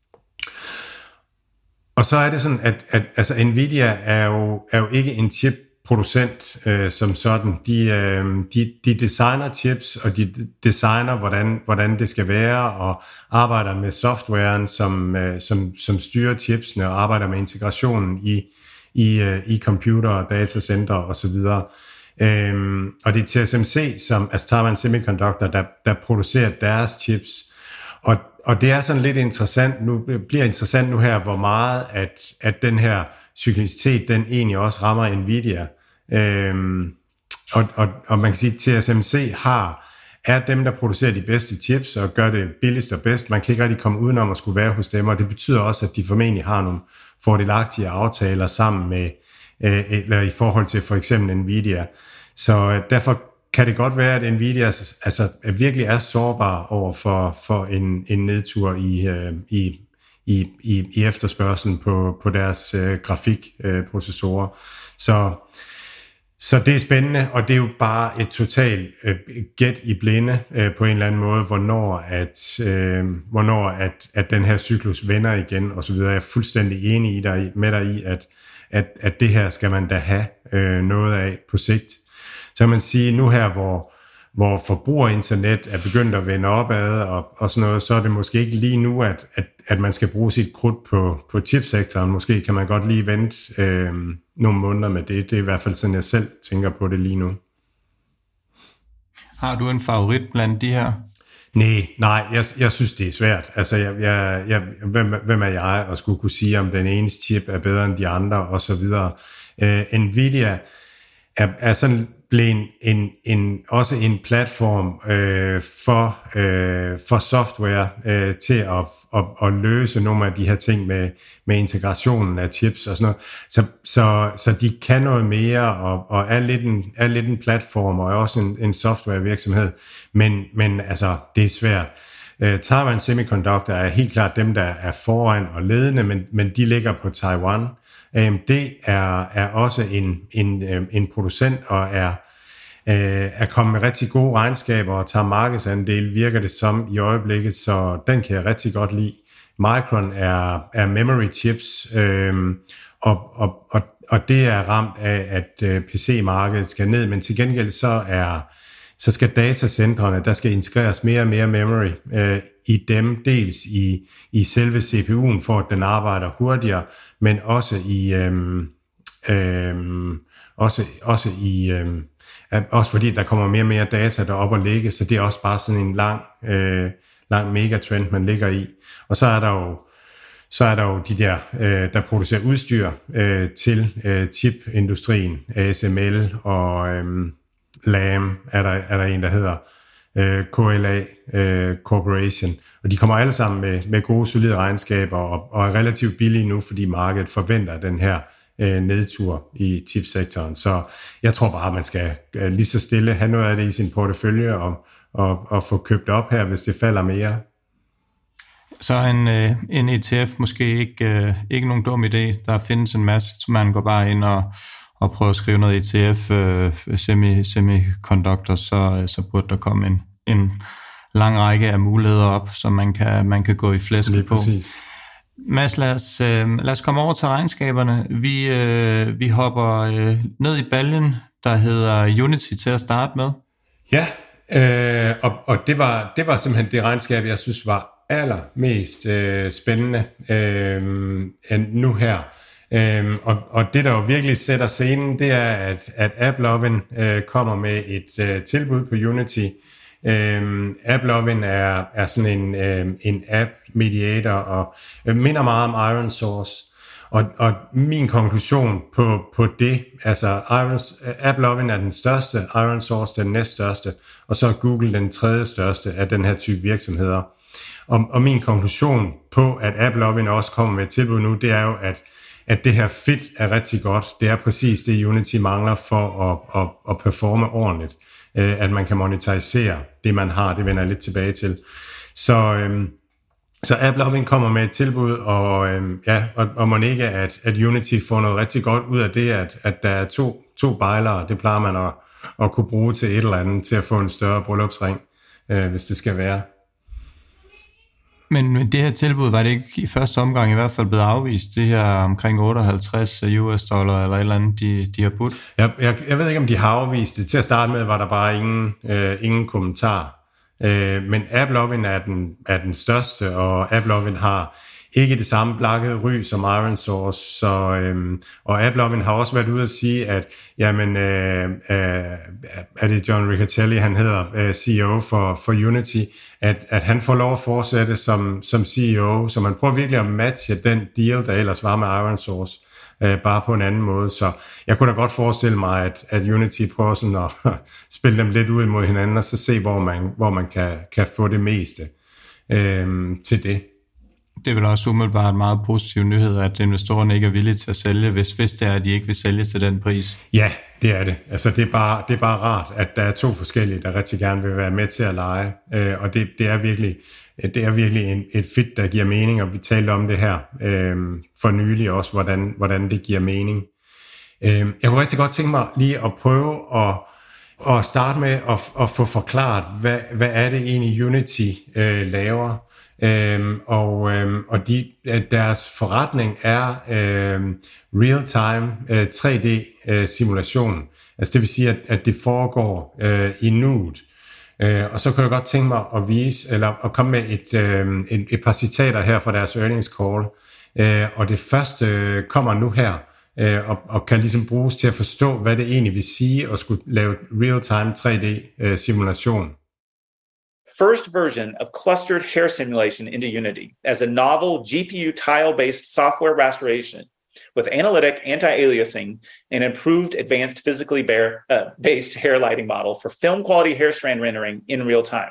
Og så er det sådan, at, at altså Nvidia er jo, er jo ikke en chip-producent øh, som sådan. De, øh, de, de designer chips, og de designer, hvordan, hvordan det skal være, og arbejder med softwaren, som, øh, som, som styrer chipsene, og arbejder med integrationen i, i, øh, i computer, datacenter osv. Øhm, og det er T S M C, som altså Taiwan Semiconductor, der, der producerer deres chips. Og, og det er sådan lidt interessant, nu bliver interessant nu her, hvor meget at, at den her cyklicitet, den egentlig også rammer Nvidia. Øhm, og, og, og man kan sige, at T S M C har, er dem, der producerer de bedste chips og gør det billigst og bedst. Man kan ikke rigtig komme udenom at skulle være hos dem, og det betyder også, at de formentlig har nogle fordelagtige aftaler sammen med, øh, eller i forhold til for eksempel Nvidia. Så øh, derfor kan det godt være, at Nvidia altså, virkelig er sårbar over for, for en, en nedtur i, øh, i, i, i, i efterspørgselen på, på deres øh, grafikprocessorer. Øh, så, så det er spændende, og det er jo bare et totalt øh, gæt i blinde øh, på en eller anden måde, hvornår, at, øh, hvornår at, at den her cyklus vender igen og så videre. Jeg er fuldstændig enig i dig, med dig i, at, at, at det her skal man da have øh, noget af på sigt. Så kan man sige, nu her, hvor, hvor forbrugerinternet er begyndt at vende opad og, og sådan noget, så er det måske ikke lige nu, at, at, at man skal bruge sit krudt på, på chipsektoren. Måske kan man godt lige vente øh, nogle måneder med det. Det er i hvert fald sådan, jeg selv tænker på det lige nu. Har du en favorit blandt de her? Nej, nej, jeg, jeg synes, det er svært. Altså, jeg, jeg, jeg, hvem, hvem er jeg at skulle kunne sige, om den ene chip er bedre end de andre, og så videre. Uh, Nvidia er, er sådan blevet en, en, også en platform øh, for, øh, for software øh, til at, at, at løse nogle af de her ting med, med integrationen af chips og sådan noget. Så, så, så de kan noget mere og, og er, lidt en, er lidt en platform og er også en, en softwarevirksomhed. Men, men altså, det er svært. Uh, Taiwan Semiconductor er helt klart dem, der er foran og ledende, men, men de ligger på Taiwan. A M D er, er også en, en, en producent og er, er kommet med rigtig gode regnskaber og tager markedsandel, virker det som i øjeblikket, så den kan jeg rigtig godt lide. Micron er, er memory chips, øhm, og, og, og, og det er ramt af, at P C-markedet skal ned, men til gengæld så er så skal datacentrene, der skal integreres mere og mere memory øh, i dem, dels i, i selve C P U'en, for at den arbejder hurtigere, men også i, øhm, øhm, også, også i, øhm, også fordi der kommer mere og mere data derop og ligge, så det er også bare sådan en lang, øh, lang megatrend, man ligger i. Og så er der jo, så er der jo de der, øh, der producerer udstyr øh, til øh, chipindustrien, A S M L og øh, Lam er der, er der en, der hedder. øh, K L A øh, Corporation, og de kommer alle sammen med, med gode, solide regnskaber og, og er relativt billige nu, fordi markedet forventer den her øh, nedtur i chipsektoren. Så jeg tror bare, at man skal øh, lige så stille have noget af det i sin portefølje og, og, og få købt op her, hvis det falder mere. Så en, øh, en E T F måske ikke, øh, ikke nogen dum idé. Der findes en masse, så man går bare ind og, og prøver at skrive noget E T F, øh, semi, semiconductor, så, så burde der komme en, en lang række af muligheder op, som man kan, man kan gå i flæsket på. Præcis. Mads, lad os, øh, lad os komme over til regnskaberne. Vi, øh, vi hopper øh, ned i baljen, der hedder Unity til at starte med. Ja, øh, og, og det, var, det var simpelthen det regnskab, jeg synes var allermest øh, spændende øh, nu her. Øh, og, og det, der jo virkelig sætter scenen, det er, at, at AppLovin øh, kommer med et øh, tilbud på Unity. Øh, AppLovin er, er sådan en, øh, en app-mediator og øh, minder meget om ironSource. Og, og min konklusion på, på det, altså AppLovin er den største, ironSource den næststørste, og så er Google den tredje største af den her type virksomheder. Og, og min konklusion på, at AppLovin også kommer med et tilbud nu, det er jo, at, at det her fit er rigtig godt. Det er præcis det, Unity mangler for at, at, at performe ordentligt. At man kan monetarisere det, man har. Det vender jeg lidt tilbage til. Så, øhm, så AppLovin kommer med et tilbud, og, øhm, ja, og, og må ikke, at, at Unity får noget rigtig godt ud af det, at, at der er to, to bejlere. Det plejer man at, at kunne bruge til et eller andet, til at få en større bryllupsring, øh, hvis det skal være. Men det her tilbud, var det ikke i første omgang i hvert fald blevet afvist, det her omkring otteoghalvtreds US dollar eller et eller andet, de, de har budt? Jeg, jeg, jeg ved ikke, om de har afvist det. Til at starte med var der bare ingen, øh, ingen kommentar. Øh, men AppLovin er den, er den største, og AppLovin har ikke det samme blakkede ry som ironSource, så, øhm, og AppLovin har også været ude at sige, at jamen, øh, øh, er det John Riccatelli, han hedder øh, C E O for, for Unity, at, at han får lov at fortsætte som, som C E O, så man prøver virkelig at matche den deal, der ellers var med ironSource, øh, bare på en anden måde. Så jeg kunne da godt forestille mig, at, at Unity prøver sådan at spille dem lidt ud mod hinanden, og så se, hvor man, hvor man kan, kan få det meste øh, til det. Det er vel også umiddelbart en meget positiv nyhed, at investorerne ikke er villige til at sælge, hvis, hvis det er, at de ikke vil sælge til den pris. Ja, det er det. Altså, det er bare, det er bare rart, at der er to forskellige, der rigtig gerne vil være med til at lege. Øh, og det, det er virkelig, det er virkelig en, et fit, der giver mening, og vi talte om det her øh, for nylig også, hvordan, hvordan det giver mening. Øh, jeg kunne rigtig godt tænke mig lige at prøve at, at starte med at, at få forklaret, hvad, hvad er det egentlig Unity øh, laver. Øhm, og øhm, og de, deres forretning er øhm, real-time øh, tre D øh, simulation. Altså det vil sige, at, at det foregår øh, i nuet. Øh, og så kan jeg godt tænke mig at vise, eller at komme med et, øh, et, et par citater her fra deres earnings call. Øh, og det første øh, kommer nu her, øh, og, og kan ligesom bruges til at forstå, hvad det egentlig vil sige at skulle lave real-time tre D øh, simulation. First version of clustered hair simulation into Unity as a novel G P U tile-based software restoration with analytic anti-aliasing and improved advanced physically bear, uh, based hair lighting model for film quality hair strand rendering in real time.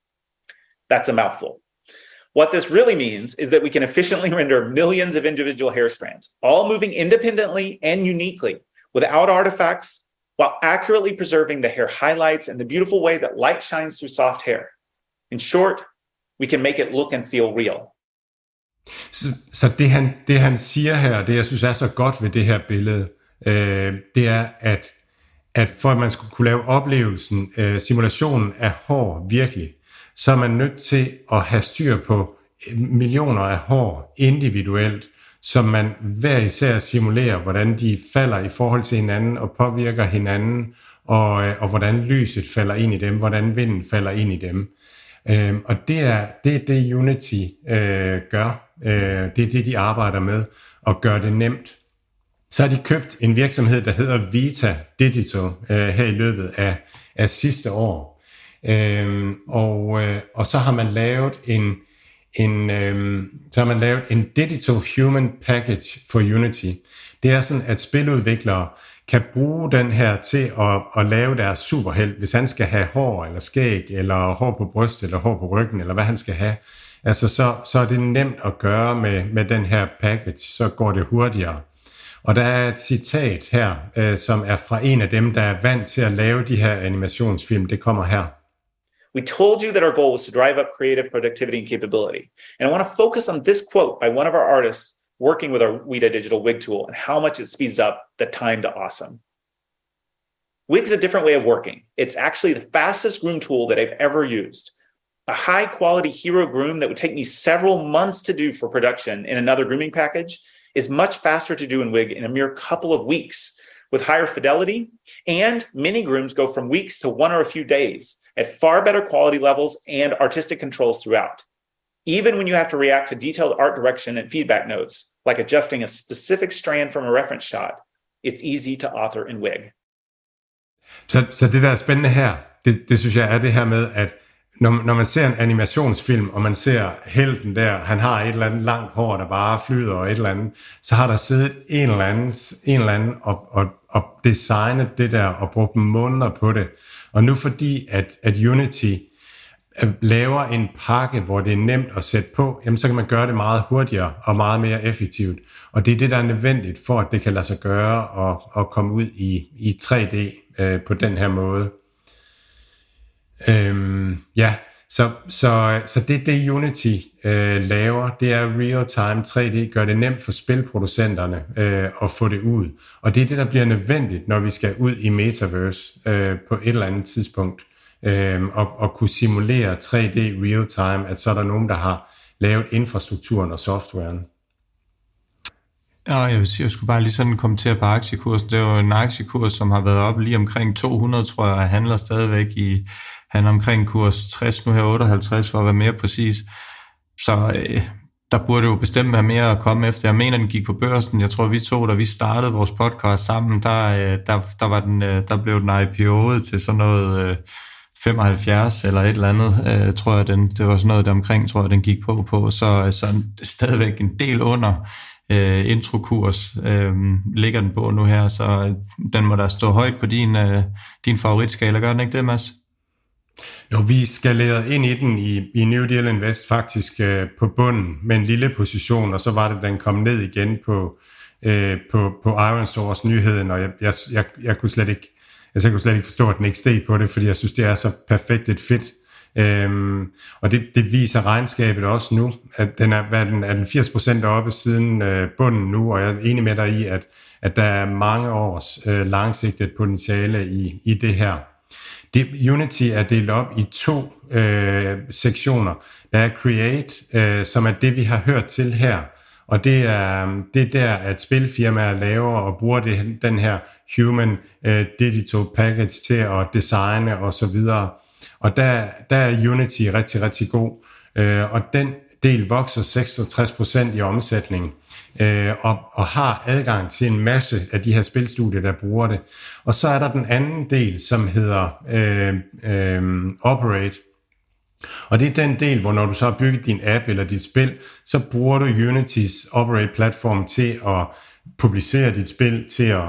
That's a mouthful. What this really means is that we can efficiently render millions of individual hair strands, all moving independently and uniquely without artifacts, while accurately preserving the hair highlights and the beautiful way that light shines through soft hair. In short, we can make it look and feel real. Så, så det, han, det han siger her, det jeg synes er så godt ved det her billede, øh, det er, at, at for at man skulle kunne lave oplevelsen, øh, simulationen af hår virkelig, så er man nødt til at have styr på millioner af hår individuelt, som man hver især simulerer, hvordan de falder i forhold til hinanden og påvirker hinanden, og, og hvordan lyset falder ind i dem, hvordan vinden falder ind i dem. Øhm, og det er det, er det Unity øh, gør. Øh, det er det, de arbejder med, og gør det nemt. Så har de købt en virksomhed, der hedder Vita Digital, øh, her i løbet af, af sidste år. Øhm, og, øh, og så har man lavet en, en, øh, så har man lavet en Digital Human Package for Unity. Det er sådan, at spiludviklere kan bruge den her til at, at lave deres superhelt, hvis han skal have hår eller skæg, eller hår på brystet, eller hår på ryggen, eller hvad han skal have. Altså, så, så er det nemt at gøre med, med den her package, så går det hurtigere. Og der er et citat her, øh, som er fra en af dem, der er vant til at lave de her animationsfilm. Det kommer her. We told you that our goal was to drive up creative productivity and capability. And I want to focus on this quote by one of our artists working with our Weta Digital Wig tool and how much it speeds up the time to awesome. Wig's a different way of working. It's actually the fastest groom tool that I've ever used. A high quality hero groom that would take me several months to do for production in another grooming package is much faster to do in Wig in a mere couple of weeks with higher fidelity, and many grooms go from weeks to one or a few days at far better quality levels and artistic controls throughout. Even when you have to react to detailed art direction and feedback notes, like adjusting a specific strand from a reference shot, it's easy to author in Wig. Så, så det der er spændende her, det, det synes jeg er det her med, at når, når man ser en animationsfilm, og man ser helten der, han har et eller andet langt hår, der bare flyder og et eller andet, så har der siddet en eller anden, en eller anden og, og, og designet det der, og brugt måneder på det. Og nu fordi, at, at Unity laver en pakke, hvor det er nemt at sætte på, jamen så kan man gøre det meget hurtigere og meget mere effektivt. Og det er det, der er nødvendigt for, at det kan lade sig gøre og, og komme ud i, i tre D øh, på den her måde. Øhm, ja, så, så, så det det Unity øh, laver, det er real-time tre D, gør det nemt for spilproducenterne øh, at få det ud. Og det er det, der bliver nødvendigt, når vi skal ud i Metaverse øh, på et eller andet tidspunkt. Øh, og, og kunne simulere tre D real-time, at så er der nogen, der har lavet infrastrukturen og softwaren. Ja, jeg vil sige, jeg skulle bare lige sådan kommentere på aktiekursen. Det er jo en aktiekurs, som har været op lige omkring to hundrede, tror jeg, og handler stadigvæk i, han omkring kurs tres, nu her otteoghalvtreds, for at være mere præcis. Så øh, der burde jo bestemt være mere at komme efter. Jeg mener, den gik på børsen. Jeg tror, vi to, da vi startede vores podcast sammen, der, øh, der, der, var den, øh, der blev den I P O'et til sådan noget øh, femoghalvfjerds eller et eller andet, øh, tror jeg, den, det var sådan noget der omkring, tror jeg, den gik på på. Så, så stadigvæk en del under Uh, introkurs uh, ligger den på nu her, så den må da stå højt på din, uh, din favoritskala, gør den ikke det, Mads? Jo, vi skalerede ind i den i, i New Deal Invest faktisk uh, på bunden med en lille position, og så var det, den kom ned igen på, uh, på, på ironSource nyheden, og jeg, jeg, jeg, jeg, kunne slet ikke, altså jeg kunne slet ikke forstå, at den ikke steg på det, fordi jeg synes, det er så perfekt et fit. Øhm, og det, det viser regnskabet også nu, at den er, hvad den, er den firs procent oppe siden øh, bunden nu, og jeg er enig med dig i, at, at der er mange års øh, langsigtet potentiale i, i det her. Det, Unity er delt op i to øh, sektioner. Der er Create, øh, som er det, vi har hørt til her, og det er, det er der, at spilfirmaer laver og bruger det, den her Human øh, Digital Package til at designe og så videre. Og der, der er Unity rigtig, rigtig god, øh, og den del vokser seksogtres procent i omsætning, øh, og, og har adgang til en masse af de her spilstudier, der bruger det. Og så er der den anden del, som hedder øh, øh, Operate, og det er den del, hvor når du så har bygget din app eller dit spil, så bruger du Unitys Operate-platform til at publicere dit spil, til at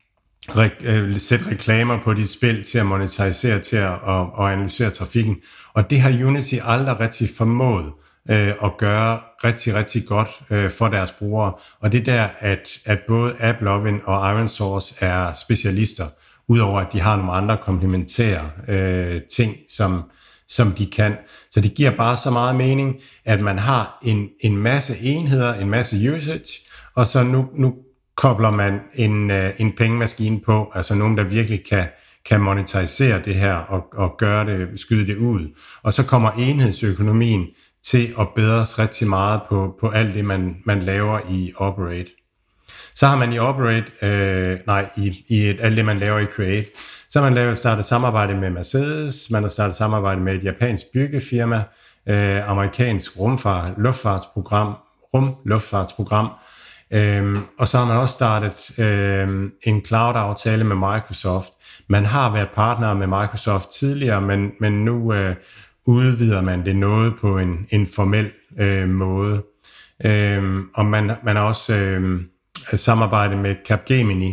Re- sætte reklamer på dit spil, til at monetarisere, til at og, og analysere trafikken. Og det har Unity aldrig rigtig formået øh, at gøre rigtig, rigtig godt øh, for deres brugere. Og det er der, at, at både AppLovin og ironSource er specialister, udover at de har nogle andre komplementære øh, ting, som, som de kan. Så det giver bare så meget mening, at man har en, en masse enheder, en masse usage, og så nu, nu kobler man en, en pengemaskine på, altså nogen, der virkelig kan, kan monetarisere det her og, og gøre det, skyde det ud. Og så kommer enhedsøkonomien til at bedres rigtig meget på, på alt det, man, man laver i Operate. Så har man i Operate, øh, nej, i, i et, alt det, man laver i Create, så har man lavet, startet samarbejde med Mercedes, man har startet samarbejde med et japansk byggefirma, øh, amerikansk rumfart, luftfartsprogram, rumluftfartsprogram, Øhm, og så har man også startet øhm, en cloud-aftale med Microsoft. Man har været partner med Microsoft tidligere, men, men nu øh, udvider man det noget på en, en formel øh, måde. Øhm, og man, man har også øh, samarbejdet med Capgemini,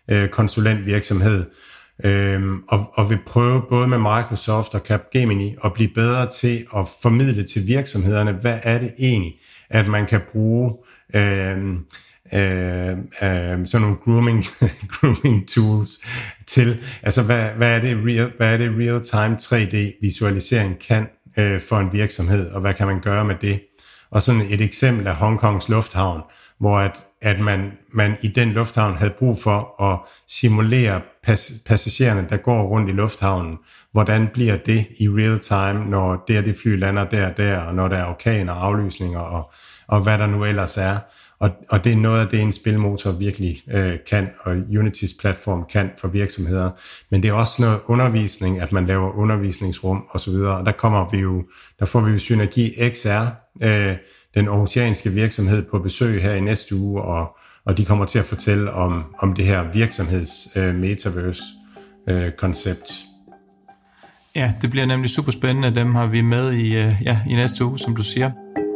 øh, konsulentvirksomhed, øhm, og, og vil prøve både med Microsoft og Capgemini at blive bedre til at formidle til virksomhederne, hvad er det egentlig, at man kan bruge øhm, øh, øh, sådan nogle grooming, grooming tools til. Altså, hvad, hvad er det real, hvad er det real-time tre D-visualisering kan øh, for en virksomhed, og hvad kan man gøre med det? Og sådan et eksempel af Hongkongs lufthavn, hvor at, at man, man i den lufthavn havde brug for at simulere pas, passagererne, der går rundt i lufthavnen. Hvordan bliver det i real time, når det, det fly lander der og der, og når der er orkaner og aflysninger, og, og hvad der nu ellers er. Og, og det er noget af det, en spilmotor virkelig øh, kan, og Unitys platform kan for virksomheder. Men det er også noget undervisning, at man laver undervisningsrum osv. Og der kommer vi jo, der får vi jo Synergi X R, øh, den aarhusianske virksomhed, på besøg her i næste uge, og, og de kommer til at fortælle om, om det her virksomheds øh, metaverse øh, koncept. Ja, det bliver nemlig super spændende. Dem har vi med i, øh, ja, i næste uge, som du siger.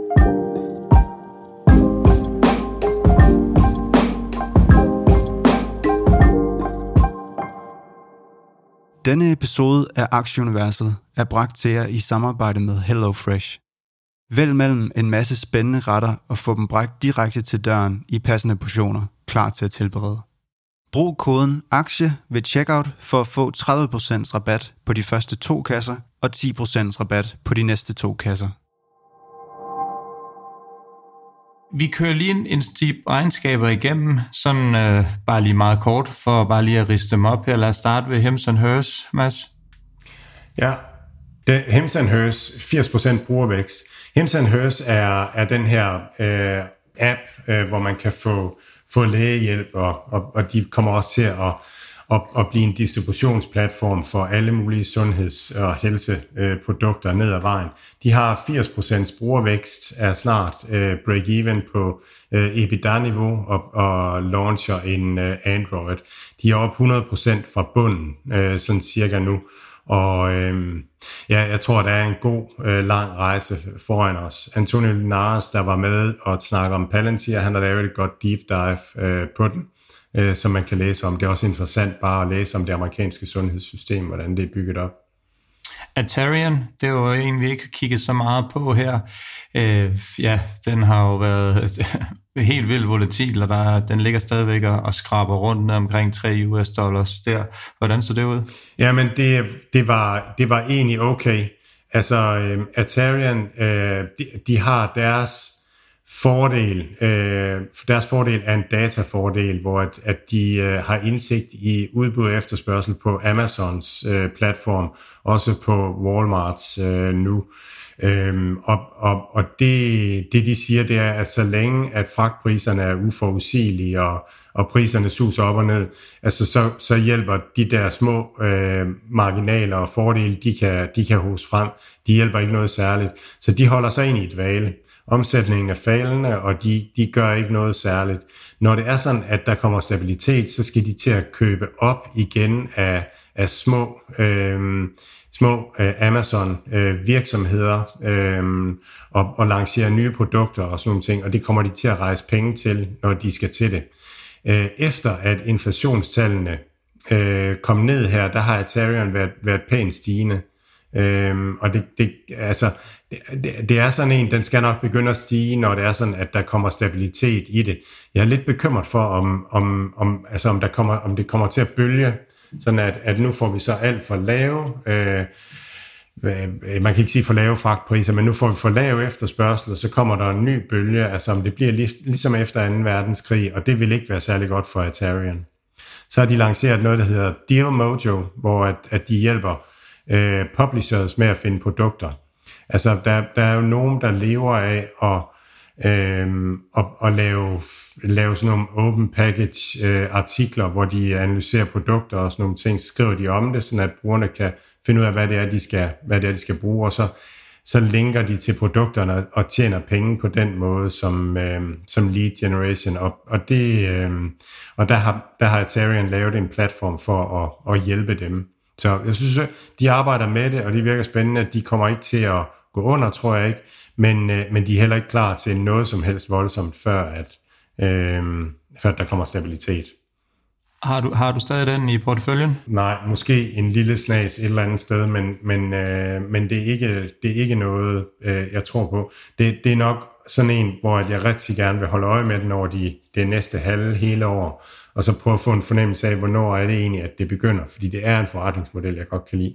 Denne episode af Aktieuniverset er bragt til jer i samarbejde med HelloFresh. Vælg mellem en masse spændende retter og få dem bragt direkte til døren i passende portioner, klar til at tilberede. Brug koden AKTIE ved checkout for at få tredive procent rabat på de første to kasser og ti procent rabat på de næste to kasser. Vi kører lige en, en stip regnskaber igennem, sådan øh, bare lige meget kort, for bare lige at riste dem op her. Lad os starte ved Hims and Hers, Mads. Ja, det, Hims and Hers, firs procent brugervækst. Hims and Hers er, er den her øh, app, øh, hvor man kan få, få lægehjælp, og, og, og de kommer også til at, at, at blive en distributionsplatform for alle mulige sundheds- og helseprodukter ned ad vejen. De har firs procent brugervækst, er snart øh, break-even på øh, EBITDA-niveau og, og launcher en øh, Android. De er op hundrede procent fra bunden, øh, sådan cirka nu. Og øh, ja, jeg tror, der er en god, øh, lang rejse foran os. Antonio Linares, der var med og snakke om Palantir, han har lavet et godt deep dive øh, på den, øh, som man kan læse om. Det er også interessant bare at læse om det amerikanske sundhedssystem, hvordan det er bygget op. Atarian, det er jo en, vi ikke har kigget så meget på her. Øh, ja, den har jo været helt vildt volatil, og der, den ligger stadigvæk og skraber rundt ned omkring tre U S dollars der. Hvordan så det ud? Jamen, det, det, var, det var egentlig okay. Altså, øh, Atarian, øh, de, de har deres fordel, øh, deres fordel er en datafordel, hvor at, at de øh, har indsigt i udbud og efterspørgsel på Amazons øh, platform, også på Walmarts øh, nu. Øhm, og og, og det, det de siger, det er, at så længe at fragtpriserne er uforudsigelige, og, og priserne suser op og ned, altså så, så hjælper de der små øh, marginaler og fordele, de kan, de kan hose frem, de hjælper ikke noget særligt. Så de holder sig ind i et dvale. Omsætningen er faldende, og de, de gør ikke noget særligt. Når det er sådan, at der kommer stabilitet, så skal de til at købe op igen af, af små, øh, små øh, Amazon-virksomheder øh, øh, og, og lancere nye produkter og sådan nogle ting, og det kommer de til at rejse penge til, når de skal til det. Øh, efter at inflationstallene øh, kom ned her, der har Atarian været, været pænt stigende. Øhm, og det, det, altså, det, det er sådan en, den skal nok begynde at stige, når det er sådan, at der kommer stabilitet i det. Jeg er lidt bekymret for, om, om, om, altså, om, der kommer, om det kommer til at bølge, sådan at, at nu får vi så alt for lave, øh, man kan ikke sige for lave fragtpriser, men nu får vi for lave efterspørgsel, og så kommer der en ny bølge, altså om det bliver lig, ligesom efter anden verdenskrig, og det vil ikke være særlig godt for Atarian. Så har de lanceret noget, der hedder Deal Mojo, hvor at, at de hjælper Uh, publishers med at finde produkter. Altså, der, der er jo nogen, der lever af at, uh, at, at lave, lave sådan nogle open package uh, artikler, hvor de analyserer produkter og sådan nogle ting, skriver de om det, sådan at brugerne kan finde ud af, hvad det er, de skal, hvad det er, de skal bruge, og så, så linker de til produkterne og tjener penge på den måde som, uh, som lead generation. Og, og, det, uh, og der har, der har Atarian lavet en platform for at, at hjælpe dem. Så jeg synes, de arbejder med det, og det virker spændende, at de kommer ikke til at gå under, tror jeg ikke, men, øh, men de er heller ikke klar til noget som helst voldsomt, før at, øh, før at der kommer stabilitet. Har du, har du stadig den i porteføljen? Nej, måske en lille snas et eller andet sted, men, men, øh, men det, er ikke, det er ikke noget, øh, jeg tror på. Det, det er nok sådan en, hvor jeg rigtig gerne vil holde øje med den over de, det næste halve hele år, og så prøve at få en fornemmelse af, hvornår er det egentlig, at det begynder, fordi det er en forretningsmodel, jeg godt kan lide.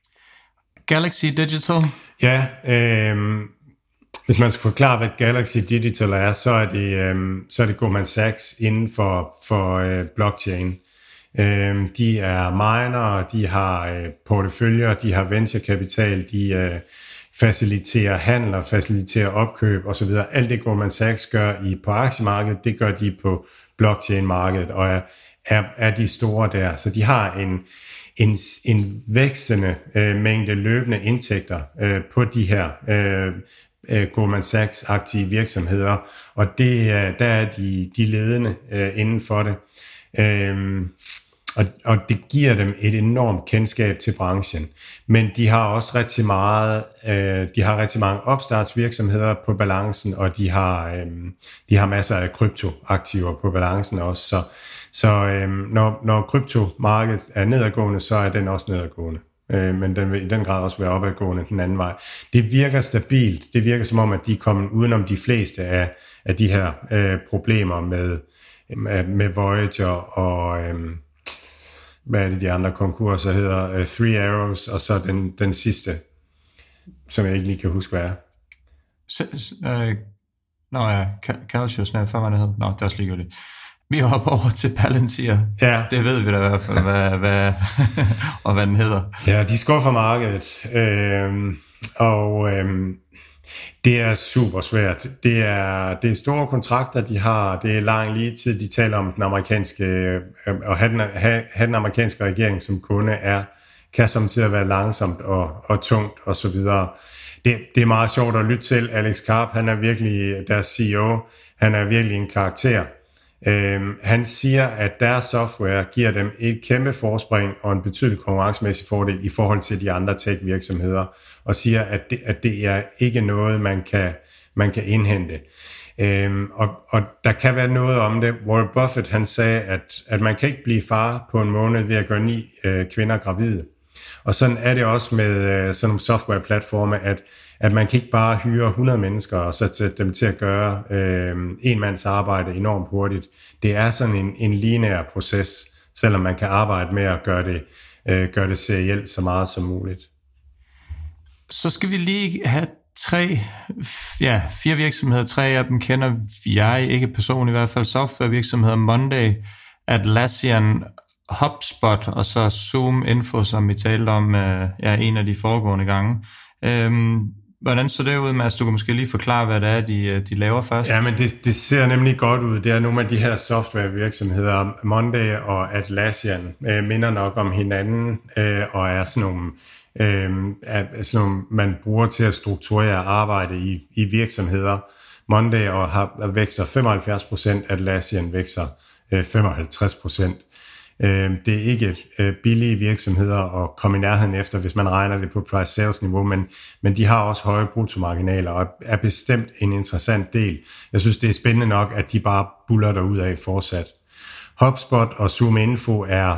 Galaxy Digital? Ja, øh, hvis man skal forklare, hvad Galaxy Digital er, så er det, øh, så er det Goldman Sachs inden for, for øh, blockchain. Øh, de er miner, de har øh, porteføljer, de har venturekapital, de øh, faciliterer handler, faciliterer opkøb osv. Alt det Goldman Sachs gør i, på aktiemarkedet, det gør de på blockchain-markedet, og er, er, er de store der. Så de har en, en, en vækstende øh, mængde løbende indtægter øh, på de her øh, Goldman Sachs-aktive virksomheder, og det, der er de, de ledende øh, inden for det. Øhm, og, og det giver dem et enormt kendskab til branchen. Men de har også rigtig meget, øh, de har rigtig mange opstartsvirksomheder på balancen, og de har, øh, de har masser af kryptoaktiver på balancen også. Så, så øh, når, når kryptomarkedet er nedadgående, så er den også nedadgående. Men den vil i den grad også være opadgående den anden vej. Det virker stabilt. Det virker som om, at de er kommet udenom de fleste af, af de her øh, problemer med, med Voyager og øh, hvad er det de andre konkurser hedder? Uh, Three Arrows, og så den, den sidste, som jeg ikke lige kan huske, hvad er. S- s- øh, Nå ja, Calcius, nej, hvad var det hed? Nå, det er også ligegyldigt. Vi hopper over til Palantir. Ja. Det ved vi da i hvert fald, hvad, hvad, og hvad den hedder. Ja, de skuffer markedet, øhm, og øhm, det er super svært. Det er, det er store kontrakter, de har. Det er lang lige tid, de taler om den amerikanske, øh, og have den, have, have den amerikanske regering som kunde er, kan samtidig være langsomt og, og tungt og så videre. Det, det er meget sjovt at lytte til. Alex Karp, han er virkelig deres C E O. Han er virkelig en karakter. Øhm, han siger, at deres software giver dem et kæmpe forspring og en betydelig konkurrencemæssig fordel i forhold til de andre tech-virksomheder, og siger, at det, at det er ikke noget, man kan, man kan indhente. Øhm, og, og der kan være noget om det. Warren Buffett, han sagde, at, at man kan ikke blive far på en måned ved at gøre ni øh, kvinder gravide. Og sådan er det også med øh, sådan nogle softwareplatforme, at at man kan ikke bare hyre hundrede mennesker og så sætte dem til at gøre øh, en mands arbejde enormt hurtigt. Det er sådan en, en lineær proces, selvom man kan arbejde med at gøre det, øh, gøre det serielt så meget som muligt. Så skal vi lige have tre, ja, fire virksomheder. Tre af dem kender jeg, ikke personligt i hvert fald, softwarevirksomheder: Monday, Atlassian, HubSpot og så Zoom Info, som vi talte om øh, ja, en af de foregående gange. Øhm, hvordan så det ud, Mads? Du kan måske lige forklare, hvad det er, de, de laver først. Ja, men det, det ser nemlig godt ud. Det er nogle af de her softwarevirksomheder, Monday og Atlassian, øh, minder nok om hinanden, øh, og er sådan nogle, øh, er sådan nogle, man bruger til at strukturere arbejde i, i virksomheder. Monday og har, vækser femoghalvfjerds procent, Atlassian vækser øh, femoghalvtreds procent. Det er ikke billige virksomheder at komme i nærheden efter, hvis man regner det på price-sales-niveau, men, men de har også høje bruttomarginaler og er bestemt en interessant del. Jeg synes, det er spændende nok, at de bare buller derudad fortsat. HubSpot og Zoom Info er,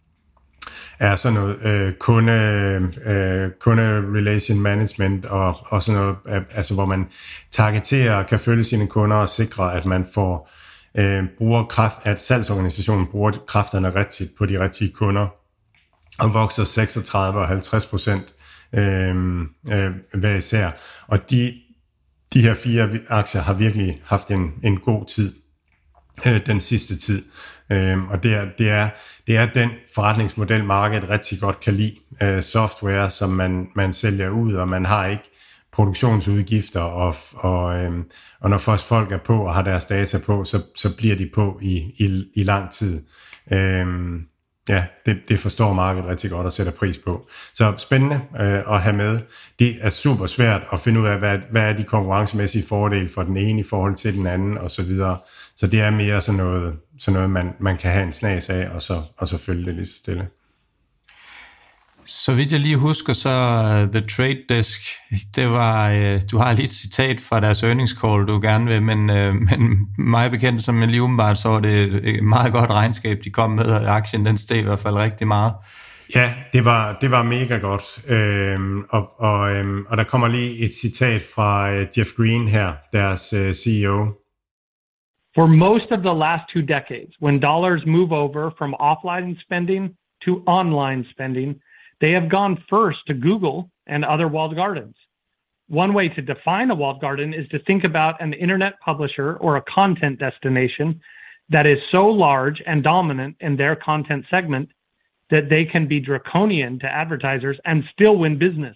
er sådan noget øh, kunde, øh, kunde relation management og, og sådan noget, altså hvor man targeterer og kan følge sine kunder og sikre, at man får Øh, bruger kraft, at salgsorganisationen bruger kræfterne rigtigt på de rigtige kunder, og vokser seksogtredive og halvtreds procent øh, øh, hver især. Og de, de her fire aktier har virkelig haft en, en god tid øh, den sidste tid. Øh, og det er, det, er, det er den forretningsmodel, markedet rigtig godt kan lide. Øh, software, som man, man sælger ud, og man har ikke produktionsudgifter, og, og, øhm, og når først folk er på og har deres data på, så, så bliver de på i, i, i lang tid. Øhm, ja, det, det forstår markedet rigtig godt og sætter pris på. Så spændende øh, at have med. Det er super svært at finde ud af, hvad, hvad er de konkurrencemæssige fordele for den ene i forhold til den anden og så videre. Så det er mere sådan noget, sådan noget man, man kan have en snas af, og så, og så følge det lige så stille. Så vidt jeg lige husker, så uh, The Trade Desk, det var, uh, du har lige et citat fra deres earnings call, du gerne vil, men, uh, men mig bekendt som lige umiddelbart, så var det et meget godt regnskab, de kom med, og aktien den steg i hvert fald rigtig meget. Ja, det var, det var mega godt, øhm, og, og, øhm, og der kommer lige et citat fra uh, Jeff Green her, deres uh, C E O. For most of the last two decades, when dollars move over from offline spending to online spending, they have gone first to Google and other walled gardens. One way to define a walled garden is to think about an internet publisher or a content destination that is so large and dominant in their content segment that they can be draconian to advertisers and still win business.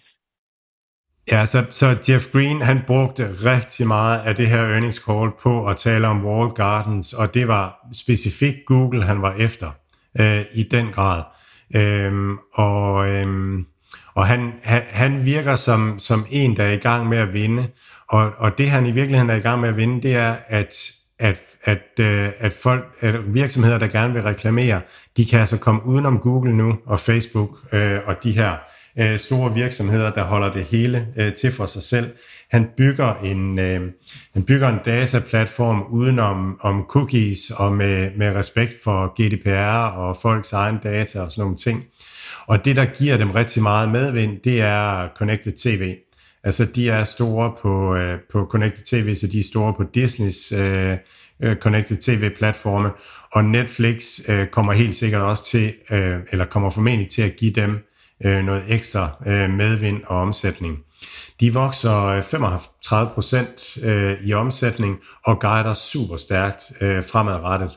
Ja, så, så Jeff Green, han brugte rigtig meget af det her earnings call på at tale om walled gardens, og det var specifikt Google, han var efter øh, i den grad. Øhm, og øhm, og han, han, han virker som, som en, der er i gang med at vinde, og, og det han i virkeligheden er i gang med at vinde, det er, at, at, at, øh, at, folk, at virksomheder, der gerne vil reklamere, de kan altså komme udenom Google nu, og Facebook, øh, og de her øh, store virksomheder, der holder det hele øh, til for sig selv. Han bygger en, øh, han bygger en dataplatform udenom om cookies og med, med respekt for G D P R og folks egen data og sådan nogle ting. Og det, der giver dem rigtig meget medvind, det er Connected T V. Altså, de er store på, øh, på Connected T V, så de er store på Disneys øh, Connected T V-platforme. Og Netflix øh, kommer helt sikkert også til, øh, eller kommer formentlig til at give dem øh, noget ekstra øh, medvind og omsætning. De vokser femogtredive procent øh, i omsætning og guider super stærkt øh, fremadrettet.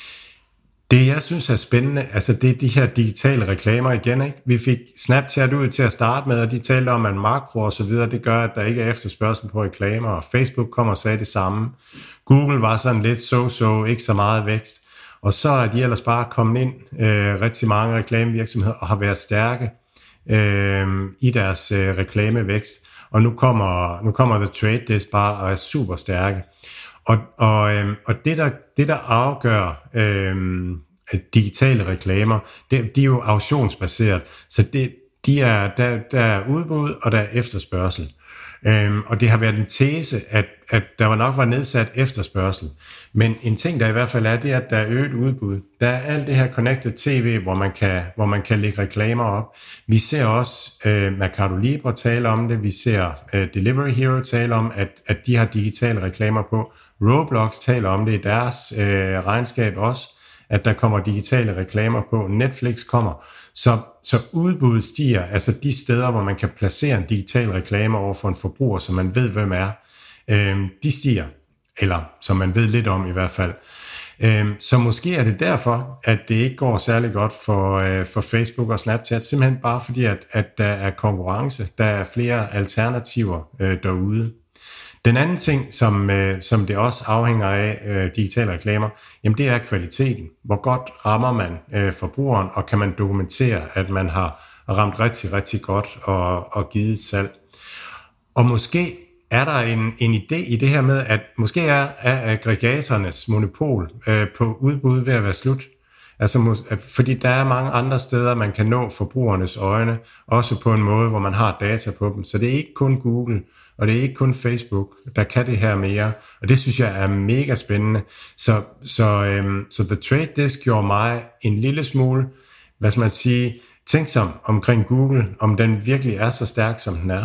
Det, jeg synes er spændende, altså det er de her digitale reklamer igen, ikke? Vi fik Snapchat ud til at starte med, og de talte om, at makro og så videre, det gør, at der ikke er efterspørgsel på reklamer, og Facebook kom og sagde det samme. Google var sådan lidt so-so, ikke så meget vækst. Og så er de ellers bare kommet ind, øh, rigtig mange reklamevirksomheder, og har været stærke øh, i deres øh, reklamevækst. Og nu kommer, nu kommer The Trade Desk bare og er super stærke. Og, og, øhm, og det, der, det, der afgør øhm, digitale reklamer, det, de er jo auktionsbaseret. Så det, de er, der, der er udbud, og der er efterspørgsel. Øhm, og det har været en tese, at, at der nok var nedsat efterspørgsel. Men en ting, der i hvert fald er, det er, at der er øget udbud. Der er alt det her Connected T V, hvor man kan, hvor man kan lægge reklamer op. Vi ser også øh, Mercado Libre tale om det. Vi ser øh, Delivery Hero tale om, at, at de har digitale reklamer på. Roblox taler om det i deres øh, regnskab også, at der kommer digitale reklamer på. Netflix kommer. Så, så udbuddet stiger, altså de steder, hvor man kan placere en digital reklame over for en forbruger, som man ved, hvem er, øh, de stiger. Eller som man ved lidt om i hvert fald. Øh, så måske er det derfor, at det ikke går særlig godt for, øh, for Facebook og Snapchat, simpelthen bare fordi, at, at der er konkurrence, der er flere alternativer øh, derude. Den anden ting, som, øh, som det også afhænger af øh, digitale reklamer, jamen det er kvaliteten. Hvor godt rammer man øh, forbrugeren, og kan man dokumentere, at man har ramt rigtig, rigtig godt og, og givet salg. Og måske er der en, en idé i det her med, at måske er, er aggregatorernes monopol øh, på udbud ved at være slut. Altså, fordi der er mange andre steder, man kan nå forbrugernes øjne, også på en måde, hvor man har data på dem. Så det er ikke kun Google, og det er ikke kun Facebook, der kan det her mere. Og det synes jeg er mega spændende. Så, så, øhm, så The Trade Desk gjorde mig en lille smule, hvad skal man sige, tænksom omkring Google, om den virkelig er så stærk, som den er.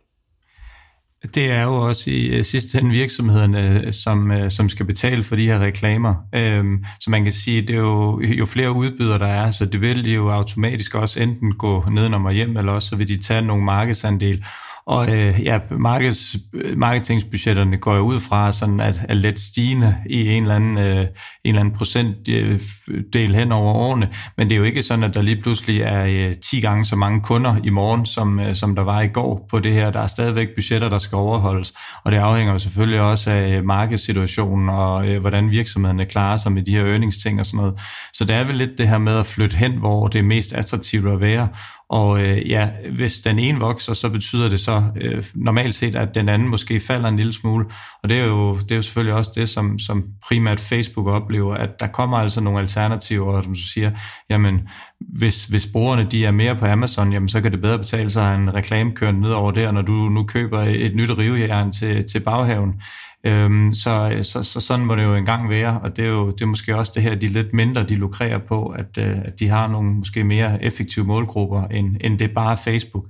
Det er jo også i sidste ende virksomhederne, som, som skal betale for de her reklamer. Øhm, så man kan sige, det er jo, jo flere udbydere der er, så det vil de jo automatisk også enten gå nedenom og hjem, eller også så vil de tage nogle markedsandel. Og øh, ja, markeds, marketingsbudgetterne går ud fra sådan at er let stigende i en eller anden, øh, en eller anden procentdel hen over årene, men det er jo ikke sådan, at der lige pludselig er øh, ti gange så mange kunder i morgen, som, øh, som der var i går på det her. Der er stadigvæk budgetter, der skal overholdes, og det afhænger jo selvfølgelig også af markedssituationen og øh, hvordan virksomhederne klarer sig med de her earnings-ting og sådan noget. Så det er vel lidt det her med at flytte hen, hvor det er mest attraktivt at være, Og øh, ja, hvis den ene vokser, så betyder det så øh, normalt set, at den anden måske falder en lille smule. Og det er jo, det er jo selvfølgelig også det, som, som primært Facebook oplever, at der kommer altså nogle alternativer, som du siger, jamen hvis, hvis brugerne de er mere på Amazon, jamen så kan det bedre betale sig at en reklame kørt ned over der, når du nu køber et nyt rivejern til, til baghaven. Øhm, så, så, så sådan må det jo engang være, og det er jo det er måske også det her, de lidt mindre, de lukrerer på, at, at de har nogle måske mere effektive målgrupper, end, end det bare Facebook.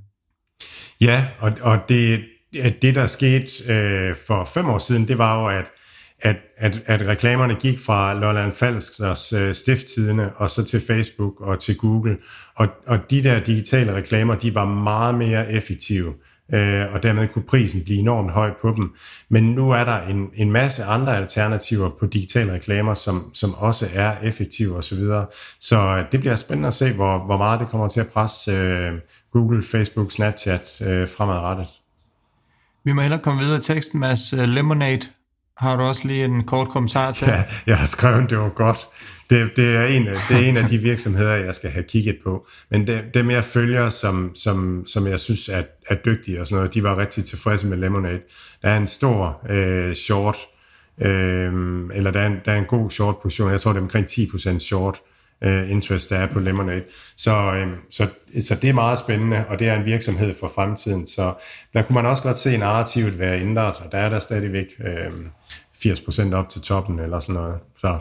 Ja, og, og det, det der skete øh, for fem år siden, det var jo, at, at, at, at reklamerne gik fra Lolland Falsters øh, Stiftstidende og så til Facebook og til Google, og, og de der digitale reklamer, de var meget mere effektive. og dermed kunne prisen blive enormt høj på dem. Men nu er der en, en masse andre alternativer på digitale reklamer, som, som også er effektive osv. Så, så det bliver spændende at se, hvor, hvor meget det kommer til at presse øh, Google, Facebook, Snapchat øh, fremadrettet. Vi må hellere komme videre i teksten, Mads. Lemonade, har du også lige en kort kommentar til? Ja, jeg har skrevet, det var godt. Det, det, er en, det er en af de virksomheder, jeg skal have kigget på. Men det, dem jeg følger, som, som, som jeg synes er, er dygtige og sådan noget, de var rigtig tilfredse med Lemonade. Der er en stor øh, short, øh, eller der er, en, der er en god short position. Jeg tror, det er omkring ti procent short øh, interest, der er på Lemonade. Så, øh, så, så det er meget spændende, og det er en virksomhed for fremtiden. Så der kunne man også godt se narrativet være ændret, og der er der stadigvæk øh, firs procent op til toppen eller sådan noget. Så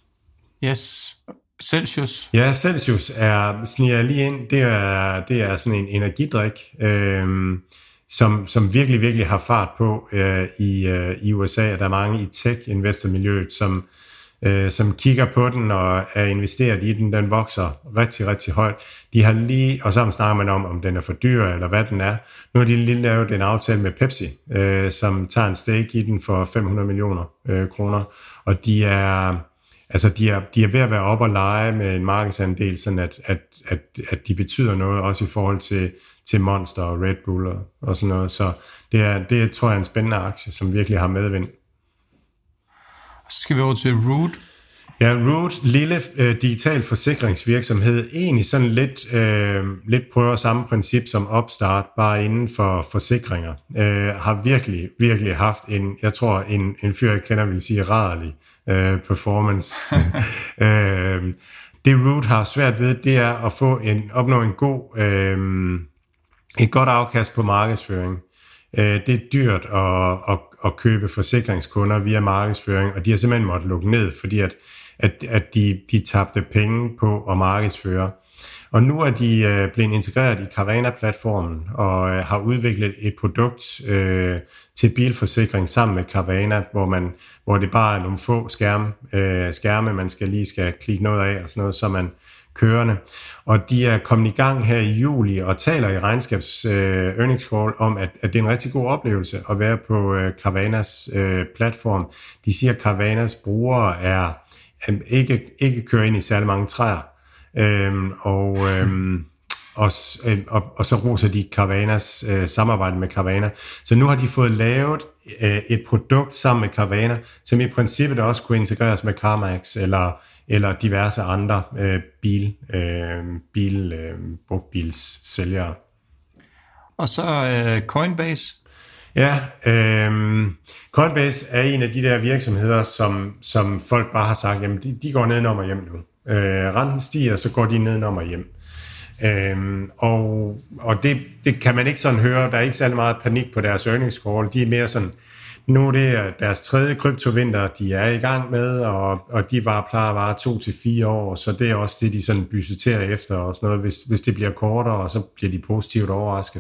yes. Celsius? Ja, Celsius er, sniger lige ind, det er, det er sådan en energidrik, øh, som, som virkelig, virkelig har fart på øh, i, øh, i U S A, og der er mange i tech-investormiljøet, som, øh, som kigger på den og er investeret i den. Den vokser rigtig, rigtig højt. De har lige, og så snakker man om, om den er for dyr, eller hvad den er. Nu har de lige lavet en aftale med Pepsi, øh, som tager en stake i den for fem hundrede millioner øh, kroner, og de er... Altså, de er, de er ved at være op og lege med en markedsandel, sådan at, at, at, at de betyder noget, også i forhold til, til Monster og Red Bull og, og sådan noget. Så det er, det tror jeg er en spændende aktie, som virkelig har medvind. Så skal vi over til Root. Ja, Root, lille øh, digital forsikringsvirksomhed, egentlig sådan lidt, øh, lidt prøver samme princip som Upstart, bare inden for forsikringer. Øh, har virkelig, virkelig haft en, jeg tror, en, en fyr, jeg kender, vil sige rædderlig Uh, performance. uh, det Root har svært ved, det er at få en, opnå en god, uh, et godt afkast på markedsføring. Uh, det er dyrt at, at, at købe forsikringskunder via markedsføring, og de har simpelthen måttet lukke ned, fordi at, at, at de, de tabte penge på at markedsføre. Og nu er de øh, blevet integreret i Carvana-platformen og øh, har udviklet et produkt øh, til bilforsikring sammen med Carvana, hvor man hvor det bare er nogle få skærme, øh, skærme man skal lige skal klikke noget af og sådan noget, så man kørende. Og de er kommet i gang her i juli og taler i regnskabs øh, earnings call om, at, at det er en rigtig god oplevelse at være på øh, Carvanas øh, platform. De siger, at Carvanas brugere er øh, ikke, ikke kører ind i særlig mange træer. Øhm, og, øhm, og, og, og så roser de Carvanas øh, samarbejde med Carvana. Så nu har de fået lavet øh, et produkt sammen med Carvana, som i princippet også kunne integreres med CarMax eller, eller diverse andre øh, bil, øh, bil, øh, brugtbilssælgere. Og så øh, Coinbase. Ja, øh, Coinbase er en af de der virksomheder, som, som folk bare har sagt, jamen de, de går nedenom og hjem nu. Øh, renten stiger, så går de nedenom og hjem. Øhm, og og det, det kan man ikke sådan høre. Der er ikke særlig meget panik på deres earnings call. De er mere sådan, nu er det deres tredje kryptovinter, de er i gang med, og, og de var plejer at vare to til fire år, så det er også det, de sådan budgeterer efter og sådan noget. Hvis, hvis det bliver kortere, og så bliver de positivt overrasket.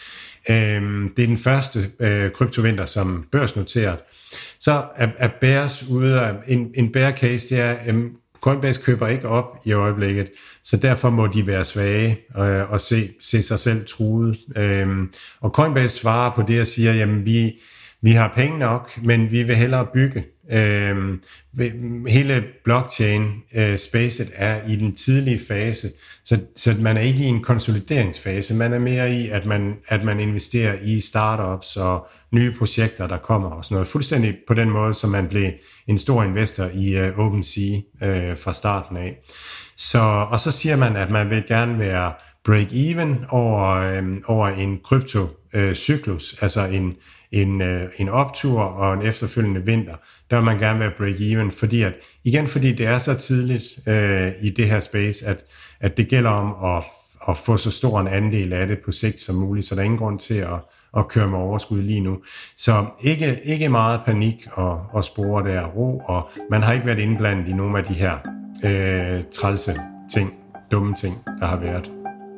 Øhm, det er den første øh, kryptovinter, som børsnoteret. Så er, er bears ude af en, en bear case, det er øhm, Coinbase køber ikke op i øjeblikket, så derfor må de være svage øh, og se, se sig selv truet. Øhm, og Coinbase svarer på det og siger, jamen vi, vi har penge nok, men vi vil hellere bygge. Øhm, hele blockchain-spacet øh, er i den tidlige fase, så, så man er ikke i en konsolideringsfase, man er mere i, at man, at man investerer i startups og nye projekter, der kommer og sådan noget. Fuldstændig på den måde, som man blev en stor investor i uh, OpenSea uh, fra starten af. Så, og så siger man, at man vil gerne være break-even over, øh, over en kryptocyklus, øh, altså en, en, øh, en optur og en efterfølgende vinter. Der vil man gerne være break-even, fordi at, igen fordi det er så tidligt øh, i det her space, at, at det gælder om at, at få så stor en andel af det på sigt som muligt, så der er ingen grund til at, at køre med overskud lige nu. Så ikke, ikke meget panik og, og spore der ro, og man har ikke været indblandet i nogle af de her øh, trælse ting, dumme ting, der har været.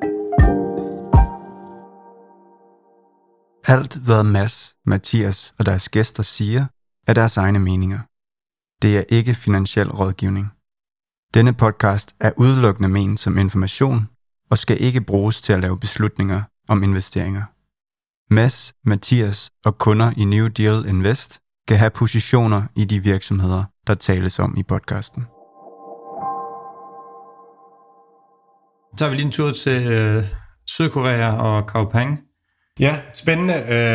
Alt, hvad Mads, Mathias og deres gæster siger, er deres egne meninger. Det er ikke finansiel rådgivning. Denne podcast er udelukkende ment som information og skal ikke bruges til at lave beslutninger om investeringer. Mads, Mathias og kunder i New Deal Invest kan have positioner i de virksomheder, der tales om i podcasten. Så tager vi lige en tur til øh, Sydkorea og Kaupang. Ja, spændende.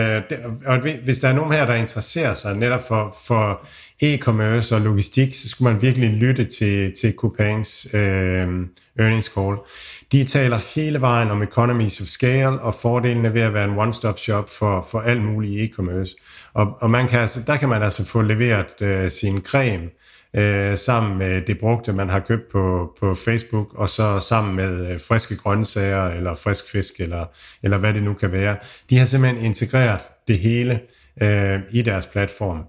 Og hvis der er nogen her, der interesserer sig netop for, for e-commerce og logistik, så skulle man virkelig lytte til, til Kaupangs øh, earnings call. De taler hele vejen om economies of scale og fordelene ved at være en one-stop shop for, for alt muligt e-commerce. Og, og man kan altså, der kan man altså få leveret øh, sin creme øh, sammen med det brugte, man har købt på, på Facebook, og så sammen med øh, friske grøntsager eller frisk fisk, eller, eller hvad det nu kan være. De har simpelthen integreret det hele øh, i deres platform.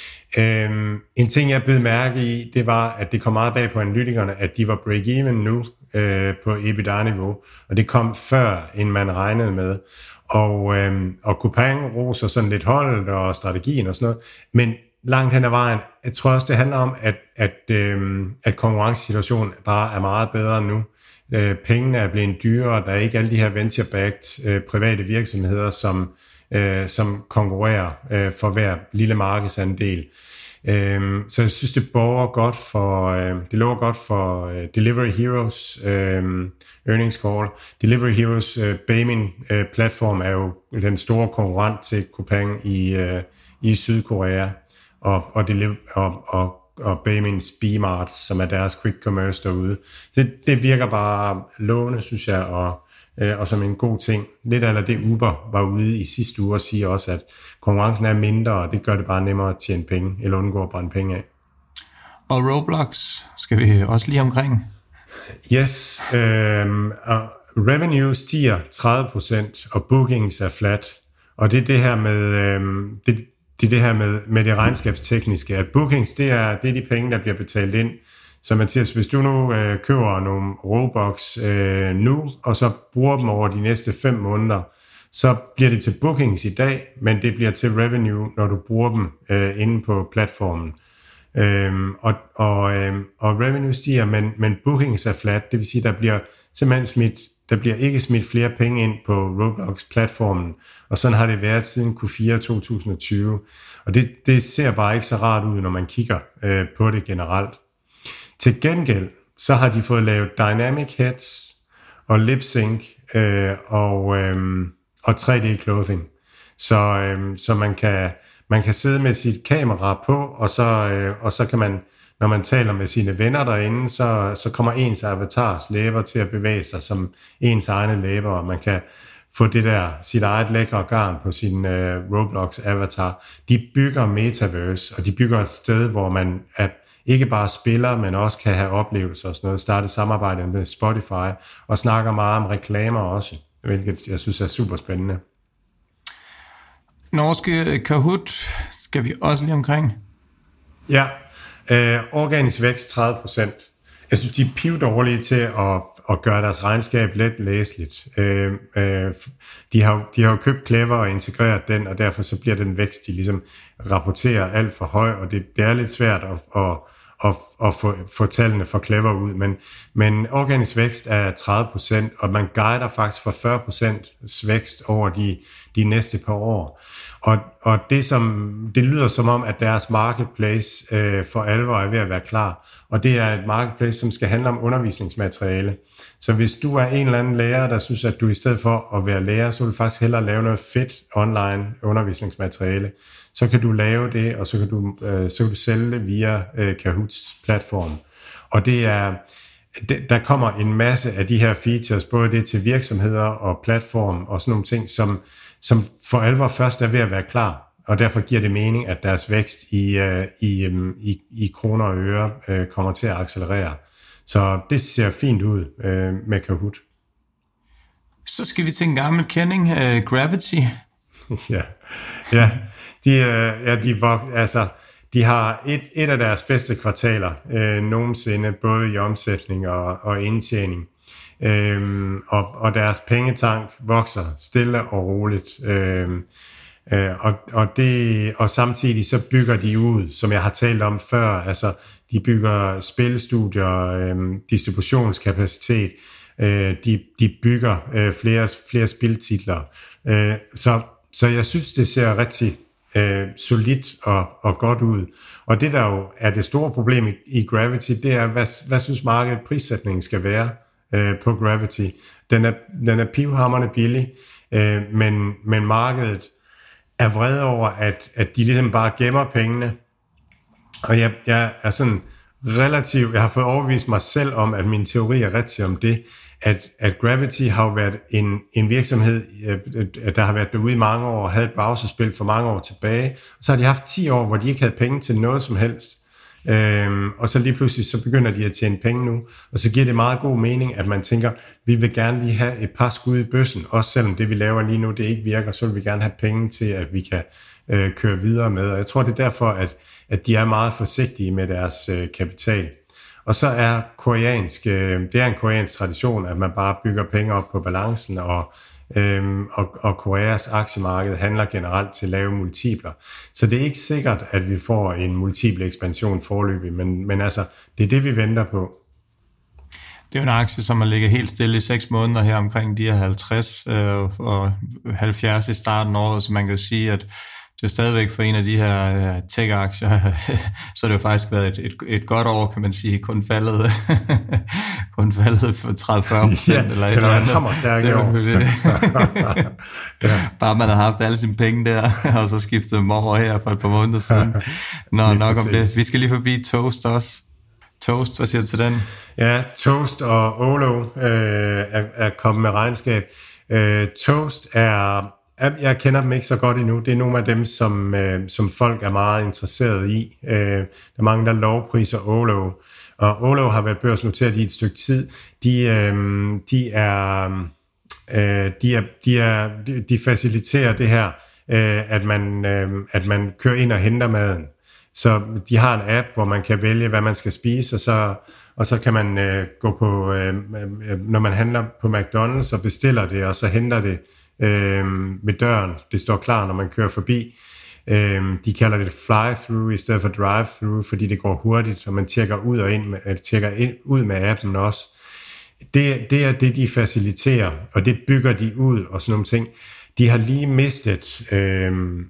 Øh, en ting, jeg blev mærke i, det var, at det kom meget bag på analytikerne, at de var break-even nu øh, på EBITDA-niveau, og det kom før, end man regnede med. Og, øh, og Kaupang roser sådan lidt holdet og strategien og sådan noget, men langt hen ad vejen, jeg tror også, det handler om, at, at, øh, at konkurrencesituationen bare er meget bedre nu. Øh, pengene er blevet dyrere, der er ikke alle de her venture-backed øh, private virksomheder, som, øh, som konkurrerer øh, for hver lille markedsandel. Øh, så jeg synes, det borger godt for, øh, det lover godt for øh, Delivery Heroes øh, earnings call. Delivery Heroes øh, Baemin øh, platform er jo den store konkurrent til Kaupang i, øh, i Sydkorea. Og, og, og, og, og Baemins B-Mart, som er deres quick commerce derude. Det, det virker bare lovende, synes jeg, og, øh, og som en god ting. Lidt af det Uber var ude i sidste uge og siger også, at konkurrencen er mindre, og det gør det bare nemmere at tjene penge, eller undgå at brænde penge af. Og Roblox skal vi også lige omkring. Yes, øh, og revenue stiger tredive procent, og bookings er flat. Og det er det her med... Øh, det, Det er det her med, med det regnskabstekniske, at bookings, det er, det er de penge, der bliver betalt ind. Så Mathias, hvis du nu øh, køber nogle Robux øh, nu, og så bruger dem over de næste fem måneder, så bliver det til bookings i dag, men det bliver til revenue, når du bruger dem øh, inde på platformen. Øhm, og, og, øh, og revenue stiger, men, men bookings er flat, det vil sige, der bliver simpelthen smidt Der bliver ikke smidt flere penge ind på Roblox-platformen, og sådan har det været siden Q fire to tusind og tyve. Og det, det ser bare ikke så rart ud, når man kigger øh, på det generelt. Til gengæld, så har de fået lavet dynamic heads og lip sync øh, og, øh, og tre D clothing. Så, øh, så man, kan, man kan sidde med sit kamera på, og så, øh, og så kan man... Når man taler med sine venner derinde, så, så kommer ens avatars læber til at bevæge sig som ens egne læber, og man kan få det der, sit eget lækre garn på sin uh, Roblox-avatar. De bygger metaverse, og de bygger et sted, hvor man at ikke bare spiller, men også kan have oplevelser og sådan noget. Starte samarbejde med Spotify, og snakker meget om reklamer også, hvilket jeg synes er super spændende. Norske Kahoot skal vi også lige omkring. Ja, Uh, organisk vækst tredive procent. Jeg synes, de er pivdårlige til at, at gøre deres regnskab let læseligt. Uh, uh, de, har, de har jo købt Clever og integreret den, og derfor så bliver den vækst, de ligesom rapporterer alt for høj, og det, det er lidt svært at, at, at, at få, få tallene for Clever ud. Men, men organisk vækst er tredive procent, og man guider faktisk for fyrre procent vækst over de, de næste par år. Og, og det, som, det lyder som om, at deres marketplace øh, for alvor er ved at være klar. Og det er et marketplace, som skal handle om undervisningsmateriale. Så hvis du er en eller anden lærer, der synes, at du i stedet for at være lærer, så vil du faktisk hellere lave noget fedt online undervisningsmateriale, så kan du lave det, og så kan du, øh, så kan du sælge det via øh, Kahoots platform. Og det er, der kommer en masse af de her features, både det til virksomheder og platform og sådan nogle ting, som, som for alvor først er ved at være klar, og derfor giver det mening, at deres vækst i, i, i, i kroner og øre kommer til at accelerere. Så det ser fint ud med Kahoot. Så skal vi til en gammel kending, uh, Gravity. ja, ja, de, ja, de var, altså... De har et, et af deres bedste kvartaler øh, nogensinde, både i omsætning og, og indtjening. Øhm, og, og deres pengetank vokser stille og roligt. Øhm, øh, og, og, det, og samtidig så bygger de ud, som jeg har talt om før, altså de bygger spillestudier, øh, distributionskapacitet, øh, de, de bygger øh, flere, flere spiltitler. Øh, så, så jeg synes, det ser rigtig Øh, solidt og, og godt ud. Og det, der jo er det store problem i, i Gravity, det er, hvad, hvad synes markedet prissætningen skal være øh, på Gravity. Den er, den er pivhamrende billig, øh, men, men markedet er vred over, at, at de ligesom bare gemmer pengene. Og jeg, jeg er sådan relativt, jeg har fået overbevist mig selv om, at min teori er rigtig om det, at, at Gravity har jo været en, en virksomhed, der har været derude i mange år, og havde et browserspil for mange år tilbage. Så har de haft ti år, hvor de ikke havde penge til noget som helst. Øhm, og så lige pludselig, så begynder de at tjene penge nu. Og så giver det meget god mening, at man tænker, vi vil gerne lige have et par skud i bøssen, også selvom det, vi laver lige nu, det ikke virker, så vil vi gerne have penge til, at vi kan øh, køre videre med. Og jeg tror, det er derfor, at, at de er meget forsigtige med deres øh, kapital. Og så er koreansk, øh, det er en koreansk tradition, at man bare bygger penge op på balancen, og, øh, og, og Koreas aktiemarked handler generelt til lave multipler. Så det er ikke sikkert, at vi får en multiple ekspansion foreløbig, men, men altså, det er det, vi venter på. Det er jo en aktie, som har ligget helt stille i seks måneder her omkring de her halvtreds øh, og halvfjerds i starten af året, så man kan jo sige, at det er stadigvæk for en af de her uh, tech-aktier, så det har faktisk været et, et, et godt år, kan man sige, kun faldet, kun faldet for tredive til fyrre procent. Ja, eller et det eller var andet. en hammerstærk år. ja. Bare man har haft alle sine penge der, og så skiftet dem over her for et par måneder siden. Nå, nok om det. Vi skal lige forbi Toast også. Toast, hvad siger du til den? Ja, Toast og Olo øh, er, er kommet med regnskab. Øh, Toast er... Jeg kender dem ikke så godt endnu. Det er nogle af dem, som, øh, som folk er meget interesseret i. Øh, der er mange, der lovpriser Olo. Og Olo har været børsnoteret i et stykke tid. De, øh, de, er, øh, de, er, de, er, de faciliterer det her, øh, at, man, øh, at man kører ind og henter maden. Så de har en app, hvor man kan vælge, hvad man skal spise, og så, og så kan man øh, gå på, øh, når man handler på McDonald's og bestiller det, og så henter det Øhm, ved døren. Det står klar, når man kører forbi. Øhm, de kalder det fly-through i stedet for drive-through, fordi det går hurtigt, og man tjekker ud og ind med, tjekker ind, ud med appen også. Det, det er det, de faciliterer, og det bygger de ud og sådan nogle ting. De har lige mistet øhm,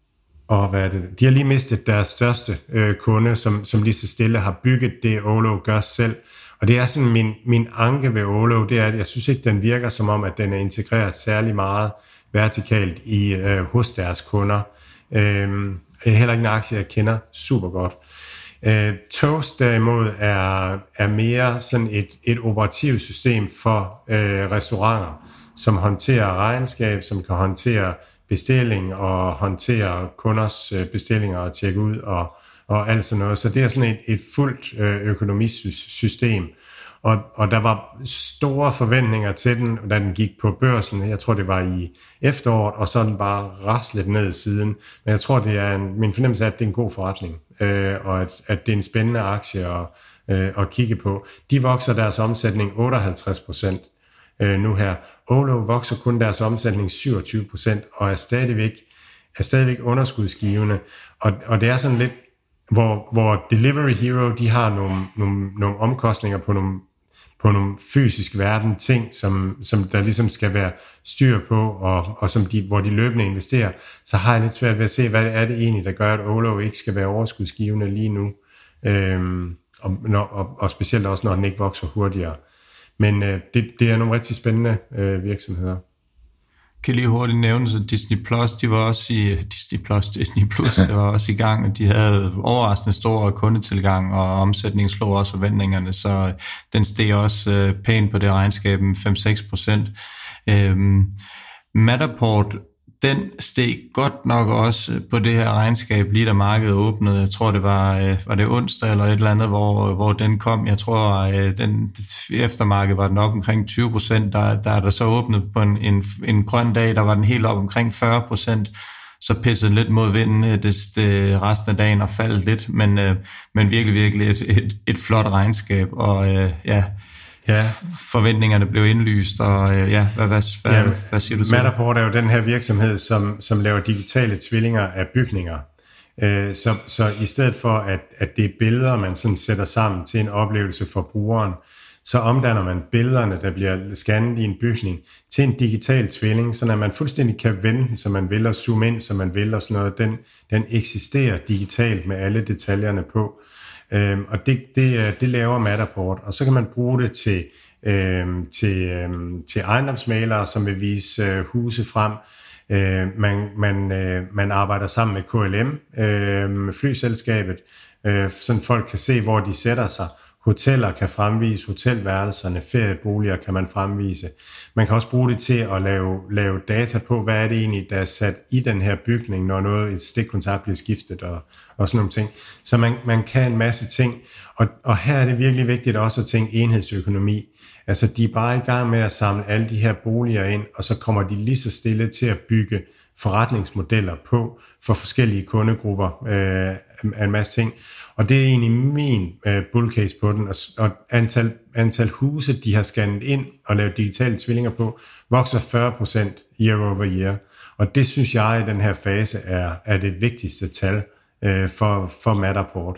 og hvad er det? De har lige mistet deres største øh, kunde, som, som lige så stille har bygget det, Olo gør selv. Og det er sådan min, min anke ved Olo, det er, at jeg synes ikke, den virker som om, at den er integreret særlig meget vertikalt i, øh, hos deres kunder. Øh, det er heller ikke en aktie, jeg kender super godt. Øh, Toast derimod er, er mere sådan et, et operativt system for øh, restauranter, som håndterer regnskab, som kan håndtere bestilling og håndtere kunders øh, bestillinger og tjekke ud og og alt sådan noget. Så det er sådan et, et fuldt øh, økonomisystem. Og, og der var store forventninger til den, da den gik på børsen. Jeg tror, det var i efteråret, og så er den bare raslet ned siden. Men jeg tror, det er en, min fornemmelse er, at det er en god forretning, øh, og at, at det er en spændende aktie at, øh, at kigge på. De vokser deres omsætning otteoghalvtreds procent øh, nu her. Olo vokser kun deres omsætning syvogtyve procent, og er stadigvæk, er stadigvæk underskudsgivende. Og, og det er sådan lidt, Hvor, hvor Delivery Hero, de har nogle, nogle, nogle omkostninger på nogle, på nogle fysisk verden ting, som, som der ligesom skal være styr på, og, og som de, hvor de løbende investerer, så har jeg lidt svært ved at se, hvad er det egentlig, der gør, at Olo ikke skal være overskudsgivende lige nu. Øhm, og, når, og, og specielt også, når den ikke vokser hurtigere. Men øh, det, det er nogle rigtig spændende øh, virksomheder. kan lige hurtigt nævne, så Disney Plus, de var også i Disney Plus, Disney Plus, det var også i gang, og de havde overraskende stor kundetilgang, og omsætningen slog også forventningerne, så den steg også øh, pænt på det regnskab med fem til seks procent. Øhm, Matterport, den steg godt nok også på det her regnskab, lige da markedet åbnede. Jeg tror, det var, øh, var det onsdag eller et eller andet, hvor, hvor den kom. Jeg tror, øh, den eftermarked var den op omkring tyve procent. Der, der er der så åbnet på en, en, en grøn dag, der var den helt op omkring fyrre procent. Så pissede lidt mod vinden det, det, resten af dagen og faldt lidt. Men, øh, men virkelig, virkelig et, et, et flot regnskab. Og øh, ja... Ja. Forventningerne blev indlyst, og ja, hvad, hvad, hvad, ja, hvad siger du til Matterport er jo den her virksomhed, som, som laver digitale tvillinger af bygninger. Øh, så, så i stedet for, at, at det er billeder, man sådan sætter sammen til en oplevelse for brugeren, så omdanner man billederne, der bliver scannet i en bygning, til en digital tvilling, så at man fuldstændig kan vende den, som man vil, og zoome ind, som man vil, og sådan noget. Den, den eksisterer digitalt med alle detaljerne på. Øhm, og det, det, det laver Matterport, og så kan man bruge det til, øhm, til, øhm, til ejendomsmalere, som vil vise øh, huse frem. Øh, man, man, øh, man arbejder sammen med K L M, øh, flyselskabet, øh, så folk kan se, hvor de sætter sig. Hoteller kan fremvise hotelværelserne, ferieboliger kan man fremvise. Man kan også bruge det til at lave, lave data på, hvad er det egentlig, der er sat i den her bygning, når noget, et stikkontakt bliver skiftet og, og sådan nogle ting. Så man, man kan en masse ting, og, og her er det virkelig vigtigt også at tænke enhedsøkonomi. Altså de er bare i gang med at samle alle de her boliger ind, og så kommer de lige så stille til at bygge forretningsmodeller på for forskellige kundegrupper øh, af en masse ting. Og det er egentlig min øh, bull case på den, og, og antal, antal huse, de har scannet ind og lavet digitale tvillinger på, vokser fyrre procent year over year. Og det synes jeg i den her fase er, er det vigtigste tal øh, for, for Matterport.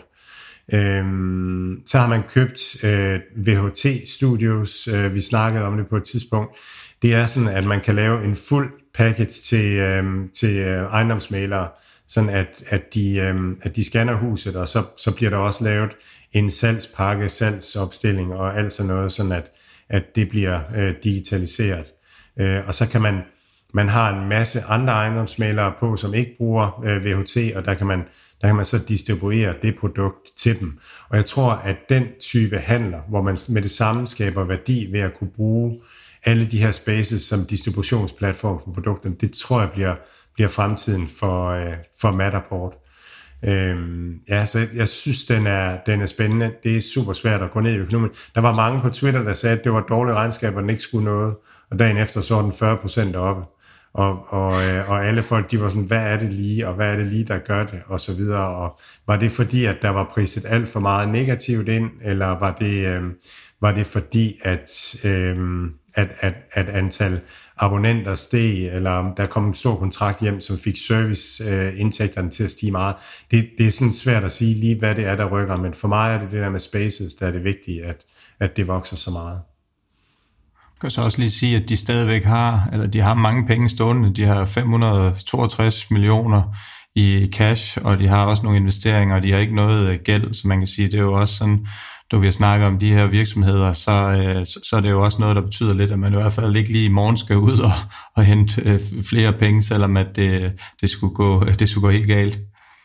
Øhm, så har man købt øh, V H T Studios, øh, vi snakkede om det på et tidspunkt. Det er sådan, at man kan lave en fuld package til, øh, til øh, ejendomsmalere, sådan at, at, de, øh, at de scanner huset, og så, så bliver der også lavet en salgspakke, salgsopstilling og alt sådan noget, sådan at, at det bliver øh, digitaliseret. Øh, og så kan man, man har en masse andre ejendomsmalere på, som ikke bruger øh, V H T, og der kan man der kan man så distribuere det produkt til dem. Og jeg tror, at den type handler, hvor man med det samme skaber værdi ved at kunne bruge alle de her spaces som distributionsplatform for produkterne, det tror jeg bliver, bliver fremtiden for, øh, for Matterport. Øhm, ja, så jeg, jeg synes, den er, den er spændende. Det er super svært at gå ned i økonomien. Der var mange på Twitter, der sagde, at det var et dårligt regnskab, og den ikke skulle noget. Og dagen efter så var den fyrre procent oppe. Og, og, og alle folk, de var sådan, hvad er det lige, og hvad er det lige, der gør det, og så videre. Og var det fordi, at der var priset alt for meget negativt ind, eller var det, øh, var det fordi, at, øh, at, at, at antal abonnenter steg, eller der kom en stor kontrakt hjem, som fik serviceindtægterne til at stige meget. Det, det er sådan svært at sige lige, hvad det er, der rykker, men for mig er det det der med spaces, der er det vigtige, at, at det vokser så meget. Jeg kan så også lige sige, at de stadigvæk har, eller de har mange penge stående. De har fem hundrede og toogtres millioner i cash, og de har også nogle investeringer, og de har ikke noget gæld, så man kan sige, det er jo også sådan, når vi snakker om de her virksomheder, så, så, så er det jo også noget, der betyder lidt, at man i hvert fald ikke lige i morgen skal ud og, og hente flere penge, selvom at det, det, skulle gå, det skulle gå helt galt.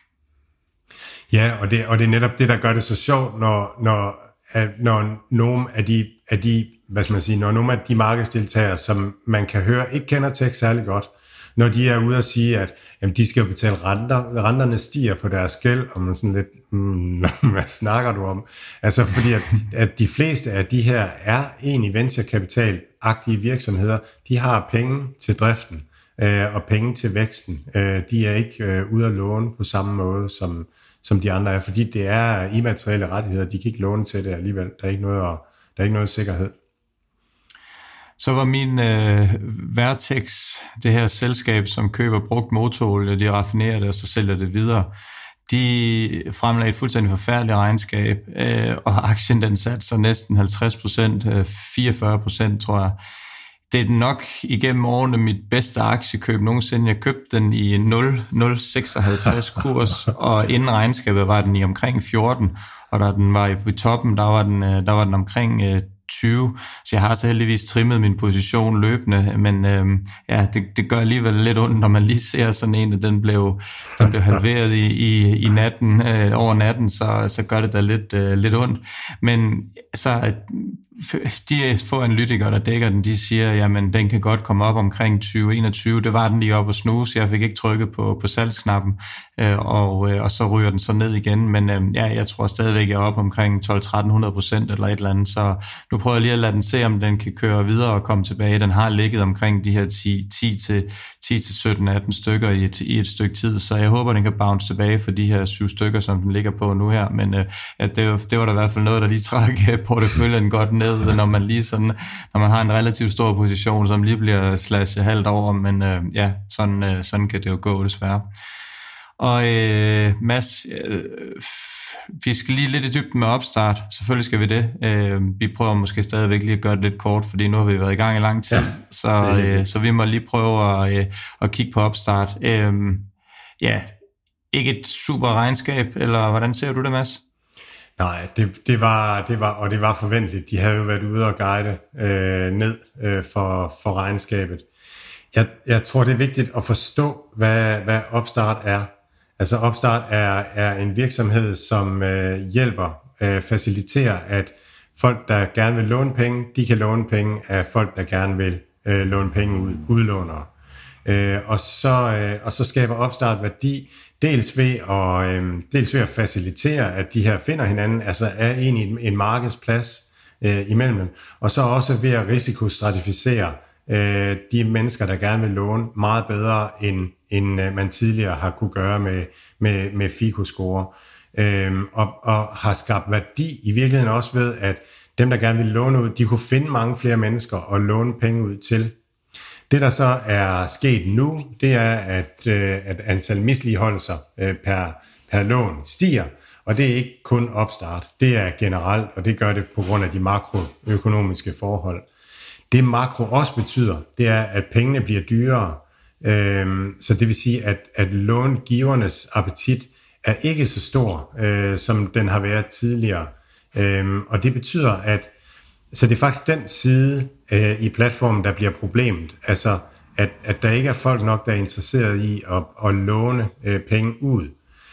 Ja, og det, og det er netop det, der gør det så sjovt, når, når, når nogle af de, af de hvad skal man sige, når nogle af de markedsdeltagere, som man kan høre, ikke kender tech særlig godt, når de er ude og sige, at jamen, de skal jo betale renter, renterne stiger på deres gæld, og man sådan lidt, mm, hvad snakker du om? Altså fordi, at, at de fleste af de her er egentlig venturekapital-agtige virksomheder, de har penge til driften øh, og penge til væksten. Øh, de er ikke øh, ude at låne på samme måde, som, som de andre er, fordi det er immaterielle rettigheder, de kan ikke låne til det alligevel. Der er ikke noget, der er ikke noget sikkerhed. Så var min øh, Vertex, det her selskab, som køber brugt motorolie, de raffinerer det, og så sælger det videre. De fremlagde et fuldstændig forfærdeligt regnskab, øh, og aktien den satte sig næsten halvtreds procent, øh, fireogfyrre procent tror jeg. Det er nok igennem årene mit bedste aktiekøb nogensinde. Jeg købte den i nul komma seksoghalvtreds kurs, og inden regnskabet var den i omkring fjorten, og da den var i toppen, der var den, der var den omkring tyve, så jeg har så heldigvis trimmet min position løbende, men øh, ja, det, det gør alligevel lidt ondt, når man lige ser sådan en, at den blev, den blev halveret i, i, i natten, øh, over natten, så, så gør det da lidt, øh, lidt ondt. Men så de få analytikere, der dækker den, de siger, jamen den kan godt komme op omkring tyve enogtyve. Det var den lige op og snuse. Jeg fik ikke trykket på, på salgsknappen, øh, og, øh, og så ryger den så ned igen. Men øh, ja, jeg tror stadigvæk, jeg er op omkring tolv til tretten hundrede procent eller et eller andet. Så nu prøver jeg lige at lade den se, om den kan køre videre og komme tilbage. Den har ligget omkring de her ti til sytten atten stykker i et, i et stykke tid, så jeg håber, den kan bounce tilbage for de her syv stykker, som den ligger på nu her. Men øh, ja, det, det var da i hvert fald noget, der lige træk porteføljen godt ned, når man lige sådan, når man har en relativt stor position, som lige bliver slashet halvt over, men øh, ja, sådan, øh, sådan kan det jo gå desværre. Og øh, Mads, øh, vi skal lige lidt i dybden med opstart. Selvfølgelig skal vi det. Øh, vi prøver måske stadigvæk lige at gøre det lidt kort, fordi nu har vi været i gang i lang tid, ja, så, øh, så vi må lige prøve at, øh, at kigge på opstart. Øh, ja, ikke et super regnskab, eller hvordan ser du det, Mads? Nej, det, det, var, det var, og det var forventeligt. De havde jo været ude og guide øh, ned øh, for, for regnskabet. Jeg, jeg tror, det er vigtigt at forstå, hvad, hvad opstart er. Altså opstart er, er en virksomhed, som øh, hjælper, øh, faciliterer, at folk, der gerne vil låne penge, de kan låne penge af folk, der gerne vil øh, låne penge ud, udlånere. Øh, og, så, øh, og så skaber opstart værdi, dels ved, at, øh, dels ved at facilitere, at de her finder hinanden, altså er egentlig en, en markedsplads øh, imellem dem, og så også ved at risikostratificere øh, de mennesker, der gerne vil låne meget bedre, end, end øh, man tidligere har kunne gøre med, med, med FICO-score, øh, og, og har skabt værdi i virkeligheden også ved, at dem, der gerne vil låne ud, de kunne finde mange flere mennesker og låne penge ud til. Det, der så er sket nu, det er, at, øh, at antal misligholdelser øh, per, per lån stiger, og det er ikke kun opstart, det er generelt, og det gør det på grund af de makroøkonomiske forhold. Det makro også betyder, det er, at pengene bliver dyrere, øh, så det vil sige, at, at långivernes appetit er ikke så stor, øh, som den har været tidligere, øh, og det betyder, at så det er faktisk den side øh, i platformen, der bliver problemet. Altså, at, at der ikke er folk nok, der er interesseret i at, at låne øh, penge ud.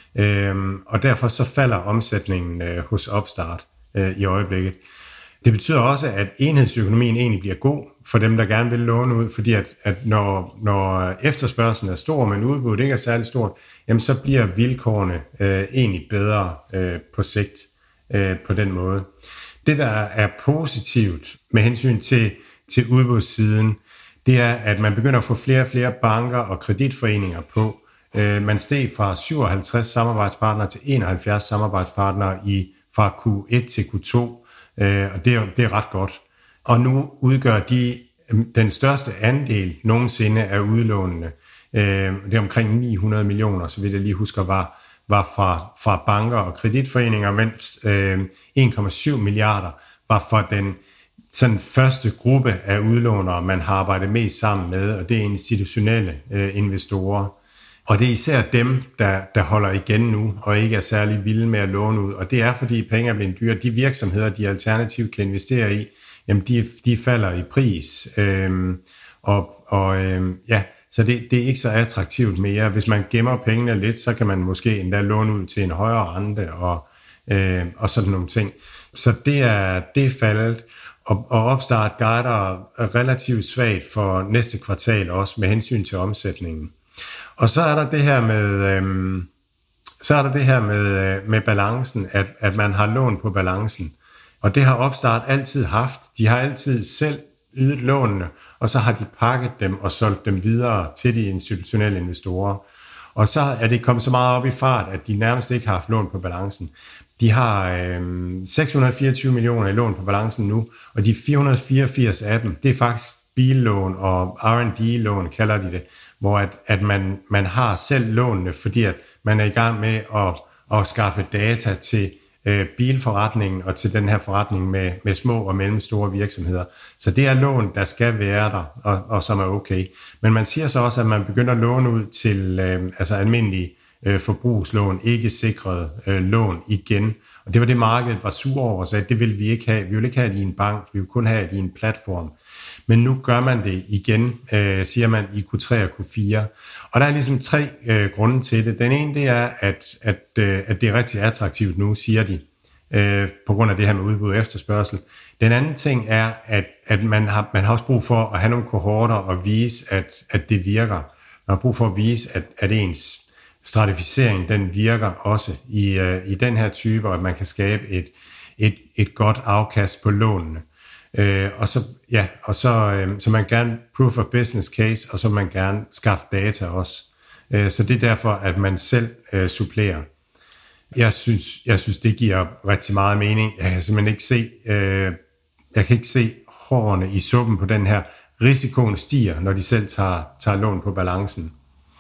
Øhm, og derfor så falder omsætningen øh, hos Opstart øh, i øjeblikket. Det betyder også, at enhedsøkonomien egentlig bliver god for dem, der gerne vil låne ud, fordi at, at når, når efterspørgselen er stor, men udbuddet ikke er særlig stort, jamen så bliver vilkårene øh, egentlig bedre øh, på sigt øh, på den måde. Det, der er positivt med hensyn til, til udbudssiden, det er, at man begynder at få flere og flere banker og kreditforeninger på. Øh, man steg fra syvoghalvtreds samarbejdspartnere til enoghalvfjerds samarbejdspartnere i, fra Q et til Q to, øh, og det er, det er ret godt. Og nu udgør de den største andel nogensinde af udlånene. Øh, det er omkring ni hundrede millioner, så vidt jeg lige husker, var var fra, fra banker og kreditforeninger, mens øh, en komma syv milliarder var for den sådan første gruppe af udlånere, man har arbejdet mest sammen med, og det er institutionelle øh, investorer. Og det er især dem, der, der holder igen nu, og ikke er særlig vilde med at låne ud. Og det er, fordi penge er blevet dyre. De virksomheder, de alternativt kan investere i, jamen de, de falder i pris. Øh, og og øh, ja, så det, det er ikke så attraktivt mere. Hvis man gemmer pengene lidt, så kan man måske endda låne ud til en højere rente og, øh, og sådan nogle ting. Så det er, det er faldet, og, og Opstart guider relativt svagt for næste kvartal også med hensyn til omsætningen. Og så er der det her med, øh, så er der det her med, med balancen, at, at man har lån på balancen. Og det har Opstart altid haft. De har altid selv ydet lånene, og så har de pakket dem og solgt dem videre til de institutionelle investorer. Og så er det kommet så meget op i fart, at de nærmest ikke har haft lån på balancen. De har øh, seks hundrede og fireogtyve millioner i lån på balancen nu, og de fire hundrede og fireogfirs af dem, det er faktisk billån og R and D-lån, kalder de det, hvor at, at man, man har selv lånene, fordi at man er i gang med at, at skaffe data til bilforretningen og til den her forretning med, med små og mellemstore virksomheder. Så det er lån, der skal være der, og, og som er okay. Men man siger så også, at man begynder at låne ud til øh, altså almindelige øh, forbrugslån, ikke sikrede øh, lån igen. Og det var det, markedet var sur over og sagde, det vil vi ikke have. Vi vil ikke have det i en bank, vi vil kun have det i en platform. Men nu gør man det igen, øh, siger man, i Q tre og Q fire. Og der er ligesom tre øh, grunde til det. Den ene, det er, at, at, øh, at det er rigtig attraktivt nu, siger de, øh, på grund af det her med udbud og efterspørgsel. Den anden ting er, at, at man, har, man har også brug for at have nogle kohorter og vise, at, at det virker. Man har brug for at vise, at, at ens stratificering, den virker også i, øh, i den her type, og at man kan skabe et, et, et godt afkast på lånene. Øh, og så, ja, og så, øh, så man gerne proof of business case, og så man gerne skaffe data også. Øh, så det er derfor, at man selv øh, supplerer. Jeg synes, jeg synes, det giver rigtig meget mening. Jeg kan simpelthen ikke se, øh, jeg kan ikke se hårene i suppen på den her. Risikoen stiger, når de selv tager, tager lån på balancen.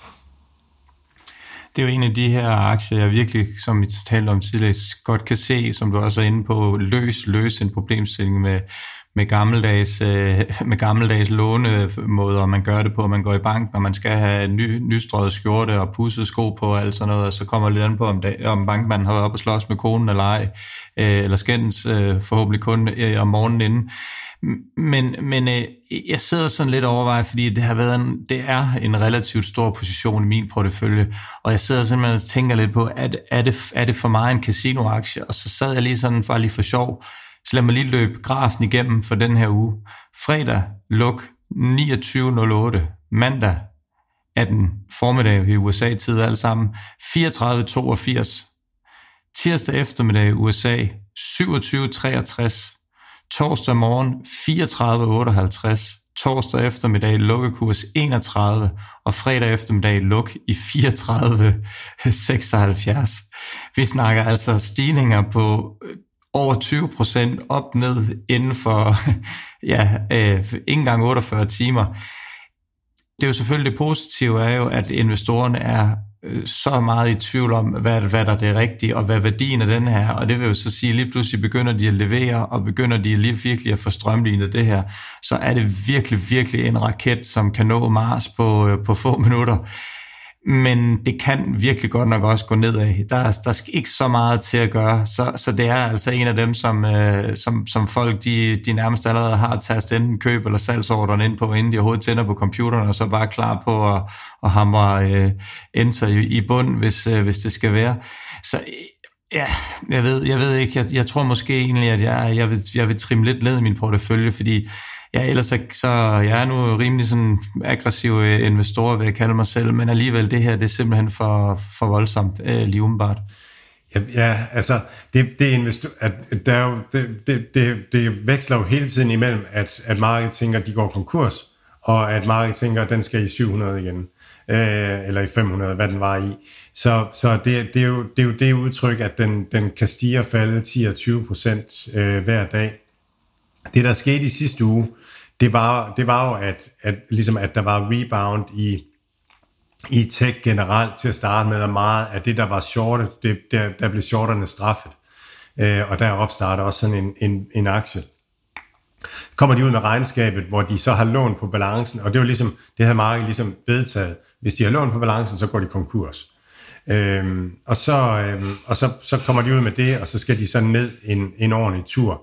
Det er jo en af de her aktier, jeg virkelig, som vi talte om tidligere, godt kan se, som du også er inde på, løs, løs en problemstilling med, med gammeldags, med gammeldags lånemåder, man gør det på, man går i bank, når man skal have ny, nystrøget skjorte og pudset sko på og alt sådan noget, og så kommer lidt an på, om, dag, om bankmanden har været op og slås med konen eller ej, eller skændes forhåbentlig kun om morgenen inden. Men, men jeg sidder sådan lidt overvejet, fordi det har været en, det er en relativt stor position i min portefølje, og jeg sidder simpelthen og tænker lidt på, er det, er det, er det for mig en casinoaktie? Og så sad jeg lige sådan for lige for sjov, så lad mig lige løbe grafen igennem for den her uge. Fredag, luk niogtyve nul otte, mandag atten formiddag i U S A-tid alt sammen, fireogtredive toogfirs, tirsdag eftermiddag i U S A, syvogtyve treogtres, torsdag morgen fireogtredive otteoghalvtreds, torsdag eftermiddag lukkekurs enogtredive, og fredag eftermiddag luk i fireogtredive seksoghalvfjerds. Vi snakker altså stigninger på over tyve procent op ned inden for ja, øh, ikke engang otteogfyrre timer. Det er jo selvfølgelig det positive er jo, at investorerne er så meget i tvivl om, hvad, hvad der er det rigtige, og hvad værdien af den her, og det vil jo så sige, lige pludselig begynder de at levere, og begynder de lige virkelig at få strømlignet det her, så er det virkelig, virkelig en raket, som kan nå Mars på, på få minutter. Men det kan virkelig godt nok også gå nedad. Der, der skal ikke så meget til at gøre, så, så det er altså en af dem, som, øh, som, som folk de, de nærmest allerede har taget enten køb- eller salgsordren ind på, inden de overhovedet tænder på computeren, og så bare klar på at, at hamre øh, enter i, i bund, hvis, øh, hvis det skal være. Så ja, jeg ved, jeg ved ikke, jeg, jeg tror måske egentlig, at jeg, jeg, vil, jeg vil trimme lidt ned i min portefølje, fordi ja, ellers så, så jeg er nu rimelig sådan aggressiv investor, vil jeg kalde mig selv, men alligevel det her, det er simpelthen for, for voldsomt øh, lige umiddelbart. Ja, ja, altså, det, det, investor, at der er jo, det, det, det, det veksler jo hele tiden imellem, at, at markedet tænker, at de går konkurs, og at markedet tænker, at den skal i syv hundrede igen, øh, eller i fem hundrede, hvad den var i. Så, så det, det, er jo, det er jo det udtryk, at den, den kan stige og falde ti og tyve procent øh, hver dag. Det, der skete i sidste uge, det var, det var jo, at, at, ligesom at der var rebound i, i tech generelt til at starte med, og meget af det, der var shortet, det, der, der blev shorterne straffet. Øh, og der opstarter også sådan en, en, en aktie. Kommer de ud med regnskabet, hvor de så har lån på balancen, og det var ligesom, det havde markedet ligesom vedtaget. Hvis de har lån på balancen, så går de konkurs. Øhm, og så, øhm, og så, så kommer de ud med det, og så skal de så ned en, en ordentlig tur.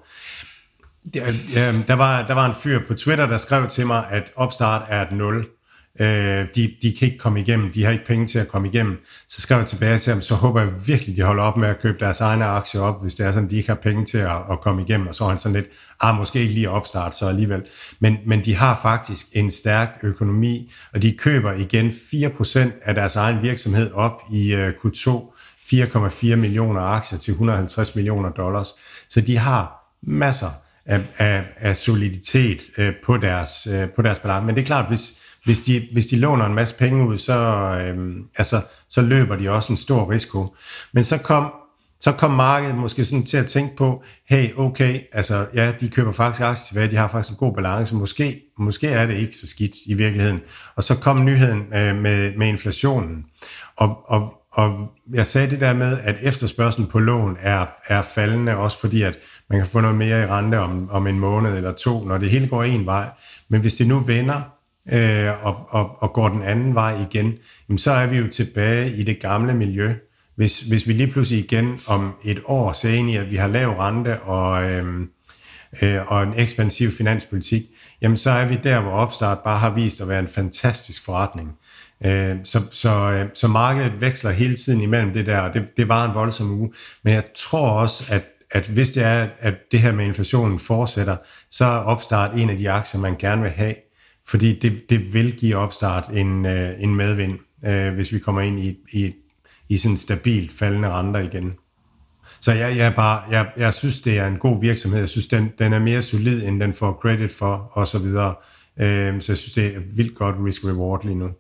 Der var, der var en fyr på Twitter, der skrev til mig, at opstart er et nul. De, de kan ikke komme igennem, de har ikke penge til at komme igennem. Så skrev jeg tilbage til ham, så håber jeg virkelig, de holder op med at købe deres egne aktier op, hvis det er sådan, de ikke har penge til at, at komme igennem. Og så er han sådan lidt, ah, måske ikke lige opstart, så alligevel. Men, men de har faktisk en stærk økonomi, og de køber igen fire procent af deres egen virksomhed op i Q to, fire komma fire millioner aktier til et hundrede og halvtreds millioner dollars. Så de har masser Af, af, af soliditet øh, på deres øh, på deres balance. Men det er klart, hvis hvis de hvis de låner en masse penge ud, så øh, altså så løber de også en stor risiko. Men så kom så kom markedet måske sådan til at tænke på, hey, okay, altså ja, de køber faktisk aktier tilbage, de har faktisk en god balance. Måske måske er det ikke så skidt i virkeligheden. Og så kom nyheden øh, med med inflationen. Og og og jeg sagde det der med, at efterspørgslen på lån er er faldende, også fordi at man kan få noget mere i rente om, om en måned eller to, når det hele går en vej. Men hvis det nu vender øh, og, og, og går den anden vej igen, jamen så er vi jo tilbage i det gamle miljø, hvis, hvis vi lige pludselig igen om et år ser ind i, at vi har lav rente og, øhm, øh, og en ekspansiv finanspolitik, jamen så er vi der, hvor Opstart bare har vist at være en fantastisk forretning. Øh, så, så, øh, så markedet veksler hele tiden imellem det der, og det, det var en voldsom uge. Men jeg tror også, at, at hvis det er, at det her med inflationen fortsætter, så er Opstart en af de aktier, man gerne vil have, fordi det, det vil give Opstart en, øh, en medvind, øh, hvis vi kommer ind i, i, i sådan stabilt faldende renter igen. Så jeg, jeg, bare, jeg, jeg synes, det er en god virksomhed. Jeg synes, den, den er mere solid, end den får credit for, og så videre. Øh, så jeg synes, det er vildt godt risk-reward lige nu.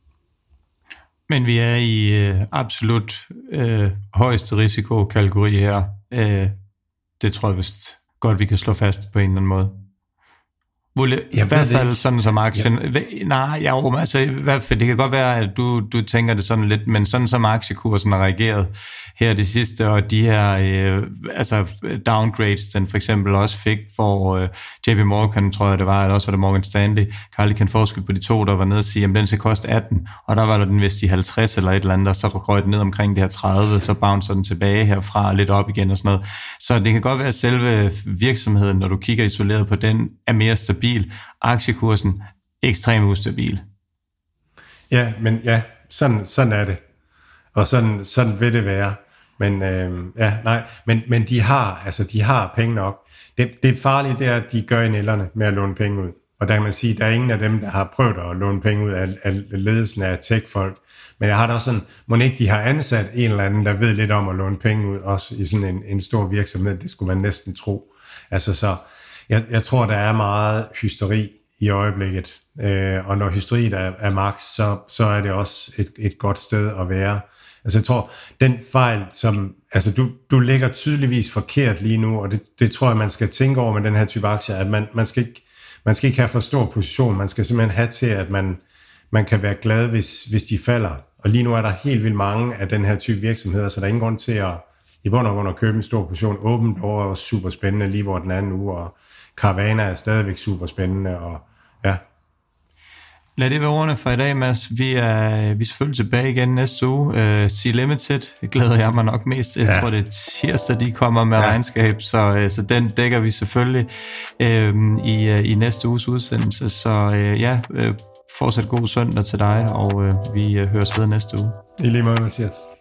Men vi er i øh, absolut øh, højeste risikokategori her. Øh, det tror jeg vist godt, vi kan slå fast på en eller anden måde. Ville, I hvert fald sådan som aktien... Ja. Nej, ja, jo, altså, i hvert fald, det kan godt være, at du, du tænker det sådan lidt, men sådan som aktiekursen har reageret her det sidste, og de her øh, altså downgrades, den for eksempel også fik for øh, J P Morgan, tror jeg det var, eller også var det Morgan Stanley, kan aldrig kende forskel på de to, der var nede og sige, jamen den skal koste atten, og der var den vist i halvtreds eller et eller andet, og så røg den ned omkring de her tredive, så bouncer den tilbage herfra lidt op igen og sådan noget. Så det kan godt være, at selve virksomheden, når du kigger isoleret på den, er mere stabil. Aktiekursen ekstremt ustabil. Ja, men ja, sådan, sådan er det. Og sådan, sådan vil det være. Men øh, ja, nej, men, men de har, altså de har penge nok. Det, det farlige, det er, at de gør i nælderne med at låne penge ud. Og der kan man sige, at der er ingen af dem, der har prøvet at låne penge ud af, af ledelsen af tech-folk. Men jeg har da også sådan, må ikke de har ansat en eller anden, der ved lidt om at låne penge ud, også i sådan en, en stor virksomhed. Det skulle man næsten tro. Altså så, jeg, jeg tror, der er meget hysteri i øjeblikket. Øh, og når hysteriet er, er max, så, så er det også et, et godt sted at være. Altså jeg tror, den fejl, som altså du, du ligger tydeligvis forkert lige nu, og det, det tror jeg, man skal tænke over med den her type aktier, at man, man, skal ikke, man skal ikke have for stor position, man skal simpelthen have til, at man, man kan være glad, hvis, hvis de falder. Og lige nu er der helt vildt mange af den her type virksomheder, så der er ingen grund til at i bund og grund at købe en stor position. Åbent over er super spændende, lige hvor den anden uge, og Carvana er stadigvæk super spændende, og ja. Lad det være ordene for i dag, Mads. Vi er, vi er selvfølgelig tilbage igen næste uge. Uh, Sea Limited, det glæder jeg mig nok mest. Jeg ja. tror, det er tirsdag, de kommer med ja. regnskab, så, uh, så den dækker vi selvfølgelig uh, i, uh, i næste uges udsendelse. Så uh, ja, uh, fortsat god søndag til dig, og uh, vi uh, høres ved næste uge. I lige måde, Mathias.